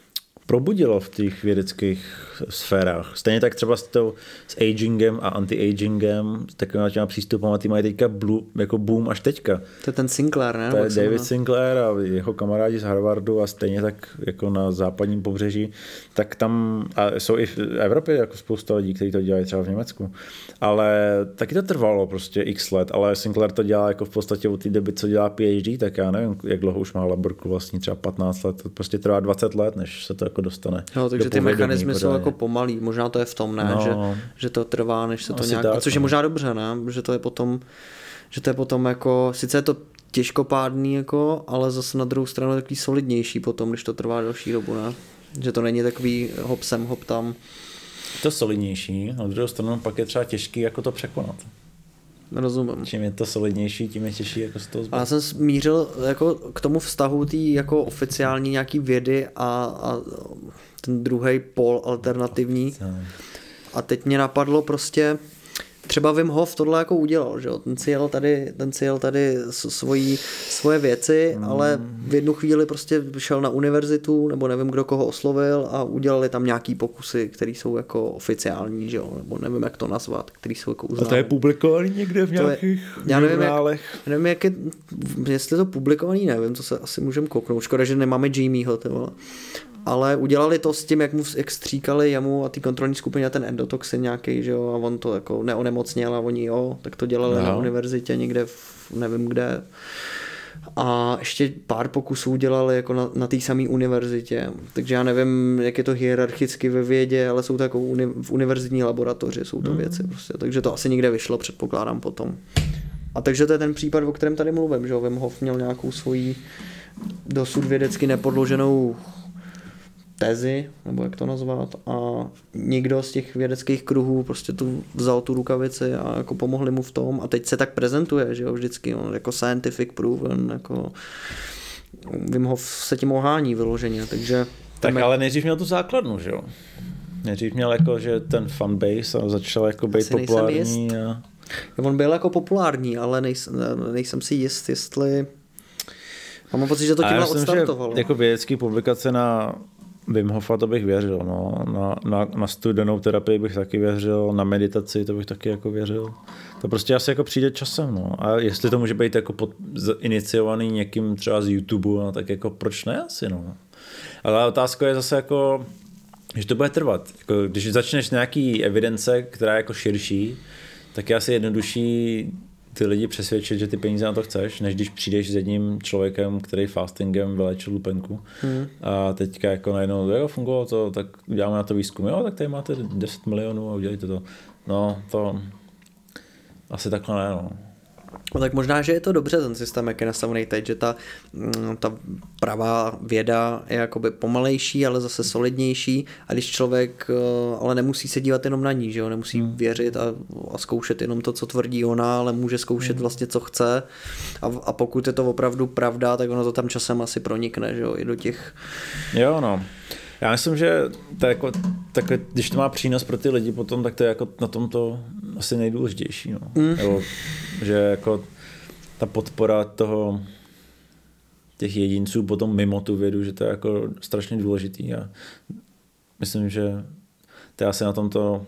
probudilo v těch vědeckých sférách. Stejně tak třeba s, to, s agingem a anti-agingem, s takovými těma přístupem, a ty mají teďka blue, jako boom až teďka. To je ten Sinclair, ne? To je David Sinclair a jeho kamarádi z Harvardu a stejně tak jako na západním pobřeží, tak tam, a jsou i v Evropě jako spousta lidí, kteří to dělají třeba v Německu, ale taky to trvalo prostě x let, ale Sinclair to dělá jako v podstatě od té doby, co dělá PhD, tak já nevím, jak dlouho už má laborku, vlastně třeba patnáct let, to prostě trvá dvacet let, než se to jako dostane. No, takže ty mechanismy jsou jako pomalý, možná to je v tom, ne, no, že, že to trvá, než se to nějak, tak, což je možná dobře, ne, že to je potom, že to je potom jako, sice je to těžkopádný jako, ale zase na druhou stranu takový solidnější potom, když to trvá delší dobu, ne, že to není takový hop sem, hop tam. To solidnější, na druhou stranu pak je třeba těžký jako to překonat. Rozumím. Čím je to solidnější, tím je těžší jako z toho zbavit. A já jsem smířil jako k tomu vztahu té jako oficiální nějaký vědy a, a ten druhý pol alternativní. A teď mě napadlo prostě, třeba Wim Hof tohle jako udělal, že jo? Ten si jel tady, ten si jel tady svojí, svoje věci, mm. ale v jednu chvíli prostě šel na univerzitu, nebo nevím, kdo koho oslovil a udělali tam nějaký pokusy, které jsou jako oficiální, že jo? Nebo nevím, jak to nazvat, které jsou jako uznány. A to je publikovaný někde v nějakých je, já nevím, jak, nevím, jak je, jestli je to publikovaný, nevím, to se asi můžeme kouknout. Škoda, že nemáme Jamieho, tyhle. Ale udělali to s tím, jak mu jak stříkali jemu a ty kontrolní skupině ten endotoxin nějaký, že jo, a on to jako neonemocněl a oni jo, tak to dělali no. na univerzitě někde, v, nevím kde. A ještě pár pokusů dělali jako na, na té samé univerzitě, takže já nevím, jak je to hierarchicky ve vědě, ale jsou to jako uni, v univerzitní laboratoři, jsou to mm. věci prostě, takže to asi někde vyšlo, předpokládám potom. A takže to je ten případ, o kterém tady mluvím, že jo, Wim Hof měl nějakou svoji dosud vědecky nepodloženou tezi, nebo jak to nazvat, a někdo z těch vědeckých kruhů prostě tu vzal tu rukavici a jako pomohli mu v tom a teď se tak prezentuje, že jo, vždycky, no, jako scientific proven, jako Wim Hof se tím ohání vyloženě, takže... Tak je... ale nejdřív měl tu základnu, že jo? Nejdřív měl jako, že ten fanbase a začal jako být populární a... On byl jako populární, ale nejsem, nejsem si jist, jestli... A mám pocit, že to tímhle odstartovalo. Jako vědecký publikace na Wim Hofa to bych věřil, no. na, na, na studenou terapii bych taky věřil, na meditaci to bych taky jako věřil. To prostě asi jako přijde časem, no. A jestli to může být jako pod, iniciovaný někým třeba z YouTube, no, tak jako proč ne asi, no. Ale otázka je zase jako, že to bude trvat. Jako, když začneš nějaký evidence, která je jako širší, tak je asi jednodušší ty lidi přesvědčit, že ty peníze na to chceš, než když přijdeš s jedním člověkem, který fastingem vylečil lupenku. Hmm. A teďka jako najednou, jo, fungovalo to, tak uděláme na to výzkum. Jo, tak tady máte deset milionů a udělejte to. No, to asi takhle ne, no. No tak možná, že je to dobře ten systém, jak je nastavený teď, že ta, ta pravá věda je jakoby pomalejší, ale zase solidnější a když člověk ale nemusí se dívat jenom na ní, že jo, nemusí hmm. věřit a, a zkoušet jenom to, co tvrdí ona, ale může zkoušet hmm. vlastně, co chce a, a pokud je to opravdu pravda, tak ono to tam časem asi pronikne, že jo, i do těch... Jo, no. Já myslím, že to jako, takhle, když to má přínos pro ty lidi potom, tak to je jako na tom to asi nejdůležitější. No. Mm. Nebo, že jako ta podpora toho těch jedinců potom mimo tu vědu, že to je jako strašně důležitý. A myslím, že to je asi na tomto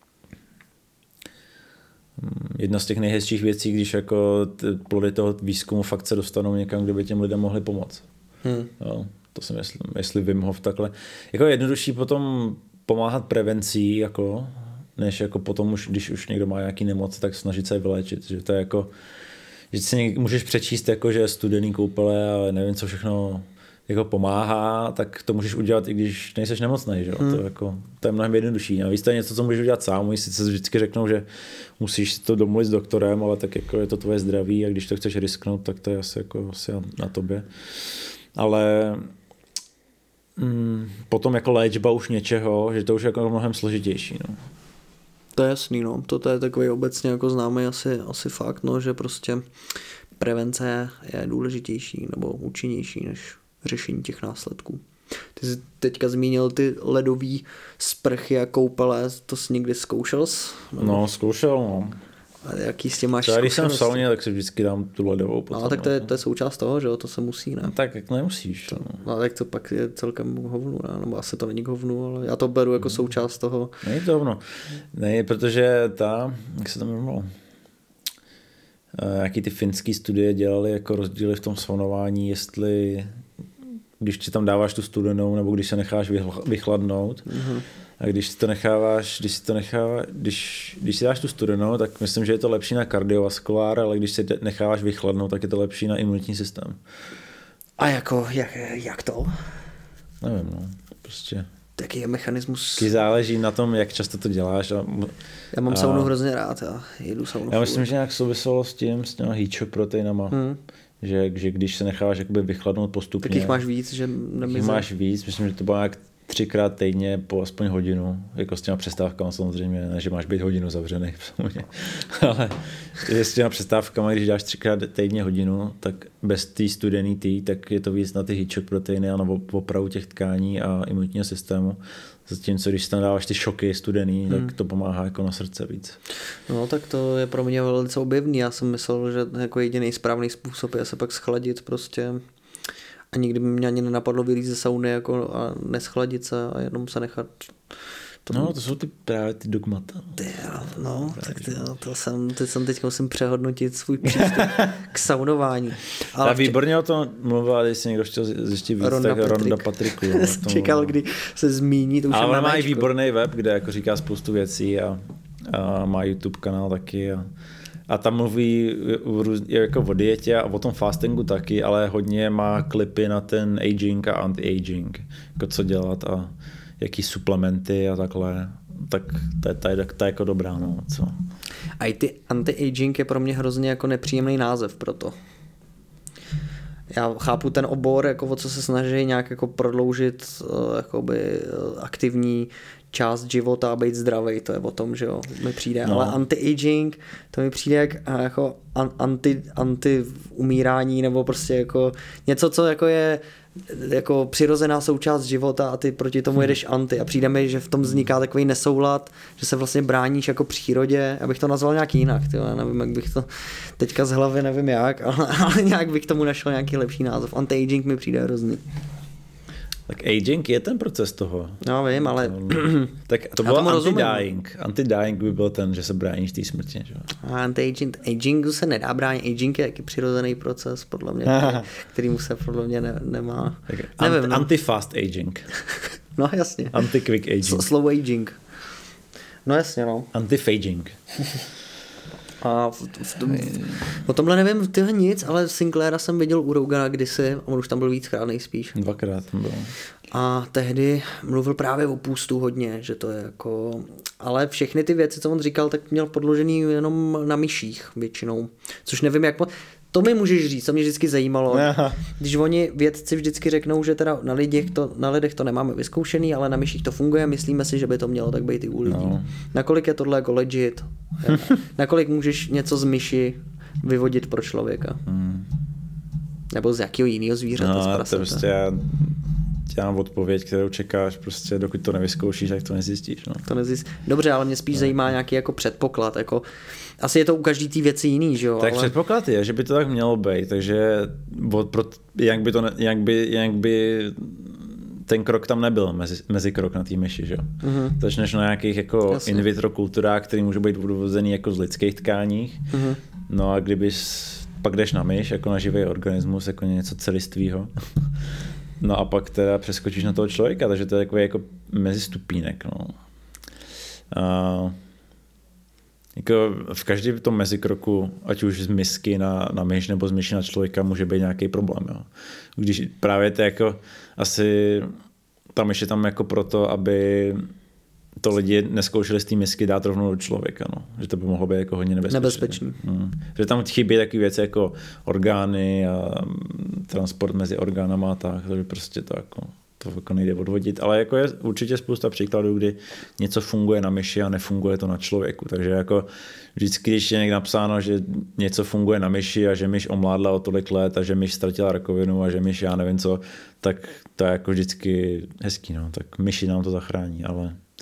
jedna z těch nejhezčích věcí, když jako plody toho výzkumu fakt se dostanou někam, kde by těm lidem mohli pomoct. Mm. Jo. To si myslím, jestli Wim Hof takhle. Jako jednodušší potom pomáhat prevencí, jako, než jako potom, už, když už někdo má nějaký nemoc, tak snažit se je vyléčit. Že to je jako, že si můžeš přečíst, jako, že studený koupele, ale nevím, co všechno jako pomáhá, tak to můžeš udělat, i když nejseš nemocný. Že? Hmm. To, jako, to je mnohem jednodušší. A víš, to je něco, co můžeš udělat sám. Oni sice vždycky řeknou, že musíš to domluvit s doktorem, ale tak jako je to tvoje zdraví a když to chceš risknout, tak to je asi, jako, asi na tobě. Ale mm, potom jako léčba už něčeho, že to už je jako mnohem složitější. No. To je jasný, no. To je takový obecně jako známý asi, asi fakt, no, že prostě prevence je důležitější nebo účinnější než řešení těch následků. Ty jsi teďka zmínil ty ledový sprchy a koupele, to jsi někdy zkoušel? Nebo? No, zkoušel, no. A jaký s tím máš třeba když jsem v sauně, tak si vždycky dám tu ledovou potom. No tak to je, to je součást toho, že jo, to se musí, ne? No, tak jak nemusíš. To, no tak to pak je celkem hovnu, ne? Nebo asi to není k hovnu, ale já to beru jako součást toho. Není to hovno. Ne, protože ta, jak se to jmenovalo, jaký ty finský studie dělali jako rozdíly v tom saunování, jestli když ti tam dáváš tu studenou, nebo když se necháš vychladnout. Mm-hmm. A když si to necháváš, když si to necháváš, když, když si dáš tu studenou, tak myslím, že je to lepší na kardiovaskulár, ale když si necháváš vychladnout, tak je to lepší na imunitní systém. A jako, jak, jak to? Nevím, no, prostě. Taký je mechanismus. Taky záleží na tom, jak často to děláš. A, já mám a, saunu hrozně rád, já jedu saunu. Já myslím, že nějak souviselo s tím, s těma heat shock proteinama. Hmm. Že, že když se necháváš jakoby vychladnout postupně. Tak jich máš víc, že nemyslím. máš víc, myslím, že to bylo nějak třikrát týdně po aspoň hodinu, jako s těma přestávkama samozřejmě, ne, že máš být hodinu zavřený v sauně, ale s těma přestávkama, když dáš třikrát týdně hodinu, tak bez té studený tý, tak je to víc na ty heat shock proteiny a na opravu těch tkání a imunitního systému. Zatímco když tam dáváš ty šoky studený, hmm. tak to pomáhá jako na srdce víc. No tak to je pro mě velice objevný. Já jsem myslel, že jako jediný správný způsob je se pak schladit prostě. A nikdy by mě ani nenapadlo vylít ze sauny jako a neschladit se a jenom se nechat. To... No, to jsou ty právě ty dogmata. Ty, no, tak ty, to jsem, teď jsem teď musím přehodnotit svůj přístup k saunování. Ale vče... výborně o tom mluvila, když si někdo chtěl zjistit víc, Ronda tak Patrik. Ronda Patriku. Jo, jsem čekal, kdy se zmíní, to už ale má i výborný web, kde jako říká spoustu věcí a, a má YouTube kanál taky a A tam mluví jako o dietě a o tom fastingu taky, ale hodně má klipy na ten aging a anti-aging, jako co dělat a jaký suplementy a takhle. Tak to je, to je, to je jako dobrá, no, co. A i ty anti-aging je pro mě hrozně jako nepříjemný název pro to. Já chápu ten obor, jako o co se snaží nějak jako prodloužit uh, jakoby, uh, aktivní část života a být zdravý, to je o tom, že jo, mi přijde, no. Ale anti-aging, to mi přijde jak jako anti, anti umírání nebo prostě jako něco, co jako je jako přirozená součást života a ty proti tomu jedeš anti a přijde mi, že v tom vzniká takový nesoulad, že se vlastně bráníš jako přírodě, abych to nazval nějak jinak, tyjo, já nevím, jak bych to teďka z hlavy nevím jak, ale, ale nějak bych tomu našel nějaký lepší název. Anti-aging mi přijde hrozný. Tak aging je ten proces toho. No vím, ale... tak to bylo anti-dying. Anti-dying by byl ten, že se bráníš té smrti. Že? Anti-aging. Agingu se nedá bránit. Aging je jaký přirozený proces, podle mě, který, kterýmu se podle mě ne, nemá... Tak, Nevím, anti, no. Anti-fast aging. No jasně. Anti-quick aging. Slow aging. No jasně, no. Anti-faging. A v, v tom, o tomhle nevím tyhle nic, ale Sinclaira jsem viděl u Rogana kdysi, on už tam byl víckrát nejspíš. Dvakrát tam byl. A tehdy mluvil právě o půstu hodně, že to je jako... Ale všechny ty věci, co on říkal, tak měl podložený jenom na myších většinou. Což nevím, jak... To mi můžeš říct, to mě vždycky zajímalo. Aha. Když oni vědci vždycky řeknou, že teda na lidech, to, na lidech to nemáme vyzkoušený, ale na myších to funguje, myslíme si, že by to mělo tak být i u lidí. No. Nakolik je tohle jako legit? Nakolik můžeš něco z myši vyvodit pro člověka? Hmm. Nebo z jakého jiného zvířata? No, to prostě já, já mám odpověď, kterou čekáš, prostě dokud to nevyzkoušíš, tak to nezjistíš. No. To nezjistíš. Dobře, ale mě spíš no. zajímá nějaký jako předpoklad, jako asi je to u každý té věci jiný, že jo? Tak ale... předpoklad je, že by to tak mělo být, takže jak by, to ne, jak by, jak by ten krok tam nebyl, mezi, mezi krok na té myši, že jo? Uh-huh. Začneš na nějakých jako Jasně. in vitro kulturách, které můžou být odvozený jako z lidských tkáních, uh-huh. no a kdybys pak jdeš na myš, jako na živý organismus, jako něco celistvýho, no a pak teda přeskočíš na toho člověka, takže to je takový jako mezistupínek, no. A jako v každém tom mezikroku, ať už z misky na, na myš nebo z myši na člověka, může být nějaký problém. Jo. Když právě to jako asi ta myš je tam jako proto, aby to lidi neskoušeli z té misky dát rovnou do člověka. No. Že to by mohlo být jako hodně nebezpečné. Nebezpečný. Hmm. Že tam chybí takové věci jako orgány a transport mezi orgánama a tak, takže prostě to jako... to jako nejde odvodit, ale jako je určitě spousta příkladů, kdy něco funguje na myši a nefunguje to na člověku, takže jako vždycky, když je někde napsáno, že něco funguje na myši a že myš omládla o tolik let a že myš ztratila rakovinu a že myš já nevím co, tak to je jako vždycky hezký, no, tak myši nám to zachrání, ale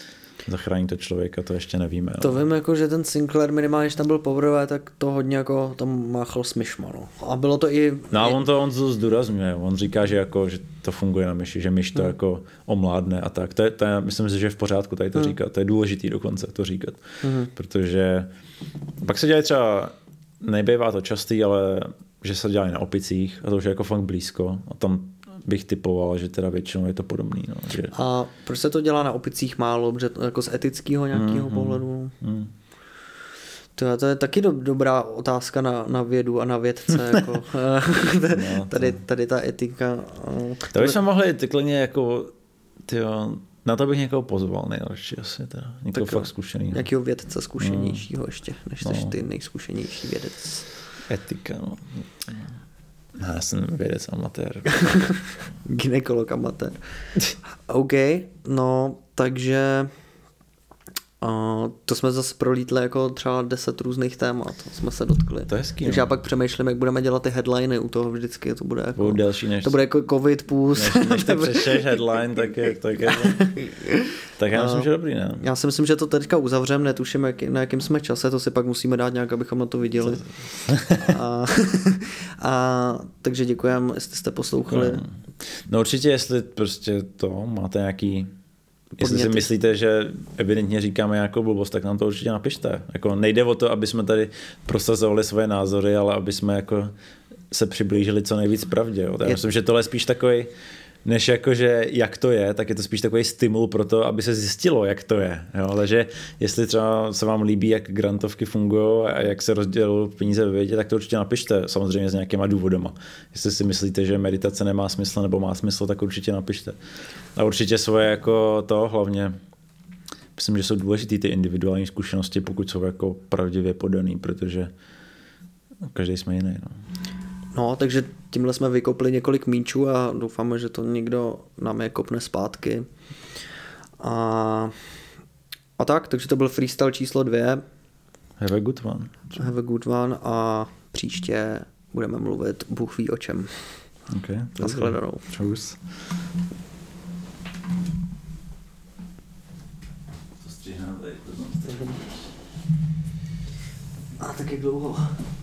zachrání to člověka, to ještě nevíme. To vím, jako, že ten Sinclair minimálně, když tam byl poprvé, tak to hodně jako tam máchal smyšma, no. A bylo to i... No a on to, on to zdůrazňuje, on říká, že, jako, že to funguje na myši, že myš to hmm. jako omládne a tak. To je, to je, myslím si, že je v pořádku tady to hmm. říkat, to je důležitý dokonce to říkat, hmm. protože pak se dělají třeba, nebývá to častý, ale že se dělají na opicích a to už je jako fakt blízko a tam bych typoval, že teda většinou je to podobný. No, že... A proč se to dělá na opicích málo, protože to jako z etického nějakého mm, pohledu? Mm. To, je, to je taky do, dobrá otázka na, na vědu a na vědce. Jako, no, tady, tady ta etika. To bychom mohli klidně jako tyjo, na to bych někoho pozval nejlepší asi. Teda. Někoho fakt zkušenýho. Nějakého vědce zkušenějšího mm. ještě, než no. jsi ty nejzkušenější vědec. Etika, no. No, já jsem vědec amatér. Gynekolog amatér. OK, no, takže uh, to jsme zase prolítli jako třeba deset různých témat, jsme se dotkli. To je hezký, takže no. já pak přemýšlím, jak budeme dělat ty headliny u toho vždycky, to bude jako, delší než, to bude jako covid plus. Než, než ty přečteš headline, tak je, tak je to. Tak já myslím, že dobrý, ne? Já si myslím, že to teďka uzavřem, netuším, jak, na jakém jsme čase, to si pak musíme dát nějak, abychom na to viděli. a, a, takže děkujem, jestli jste poslouchali. No, no určitě, jestli prostě to máte nějaký, jestli podněty. Si myslíte, že evidentně říkáme nějakou blbost, tak nám to určitě napište. Jako nejde o to, aby jsme tady prosazovali svoje názory, ale aby jsme jako se přiblížili co nejvíc pravdě. Jo. Já myslím, že tohle je spíš takový, než jakože jak to je, tak je to spíš takový stimul pro to, aby se zjistilo, jak to je. Jo? Ale že jestli třeba se vám líbí, jak grantovky fungují a jak se rozdělují peníze ve vědě, tak to určitě napište, samozřejmě s nějakýma důvodama. Jestli si myslíte, že meditace nemá smysl nebo má smysl, tak určitě napište. A určitě svoje jako to hlavně, myslím, že jsou důležité ty individuální zkušenosti, pokud jsou jako pravdivě podaný, protože každý jsme jiný. No. No, takže tímhle jsme vykopli několik míčů a doufáme, že to někdo nám je kopne zpátky. A, a tak, takže to byl freestyle číslo dvě. Have a good one. Have a good one a příště budeme mluvit Bůh ví o čem. Okay, Naschledanou. Čus. To stříhnám tady. A tak jak dlouho?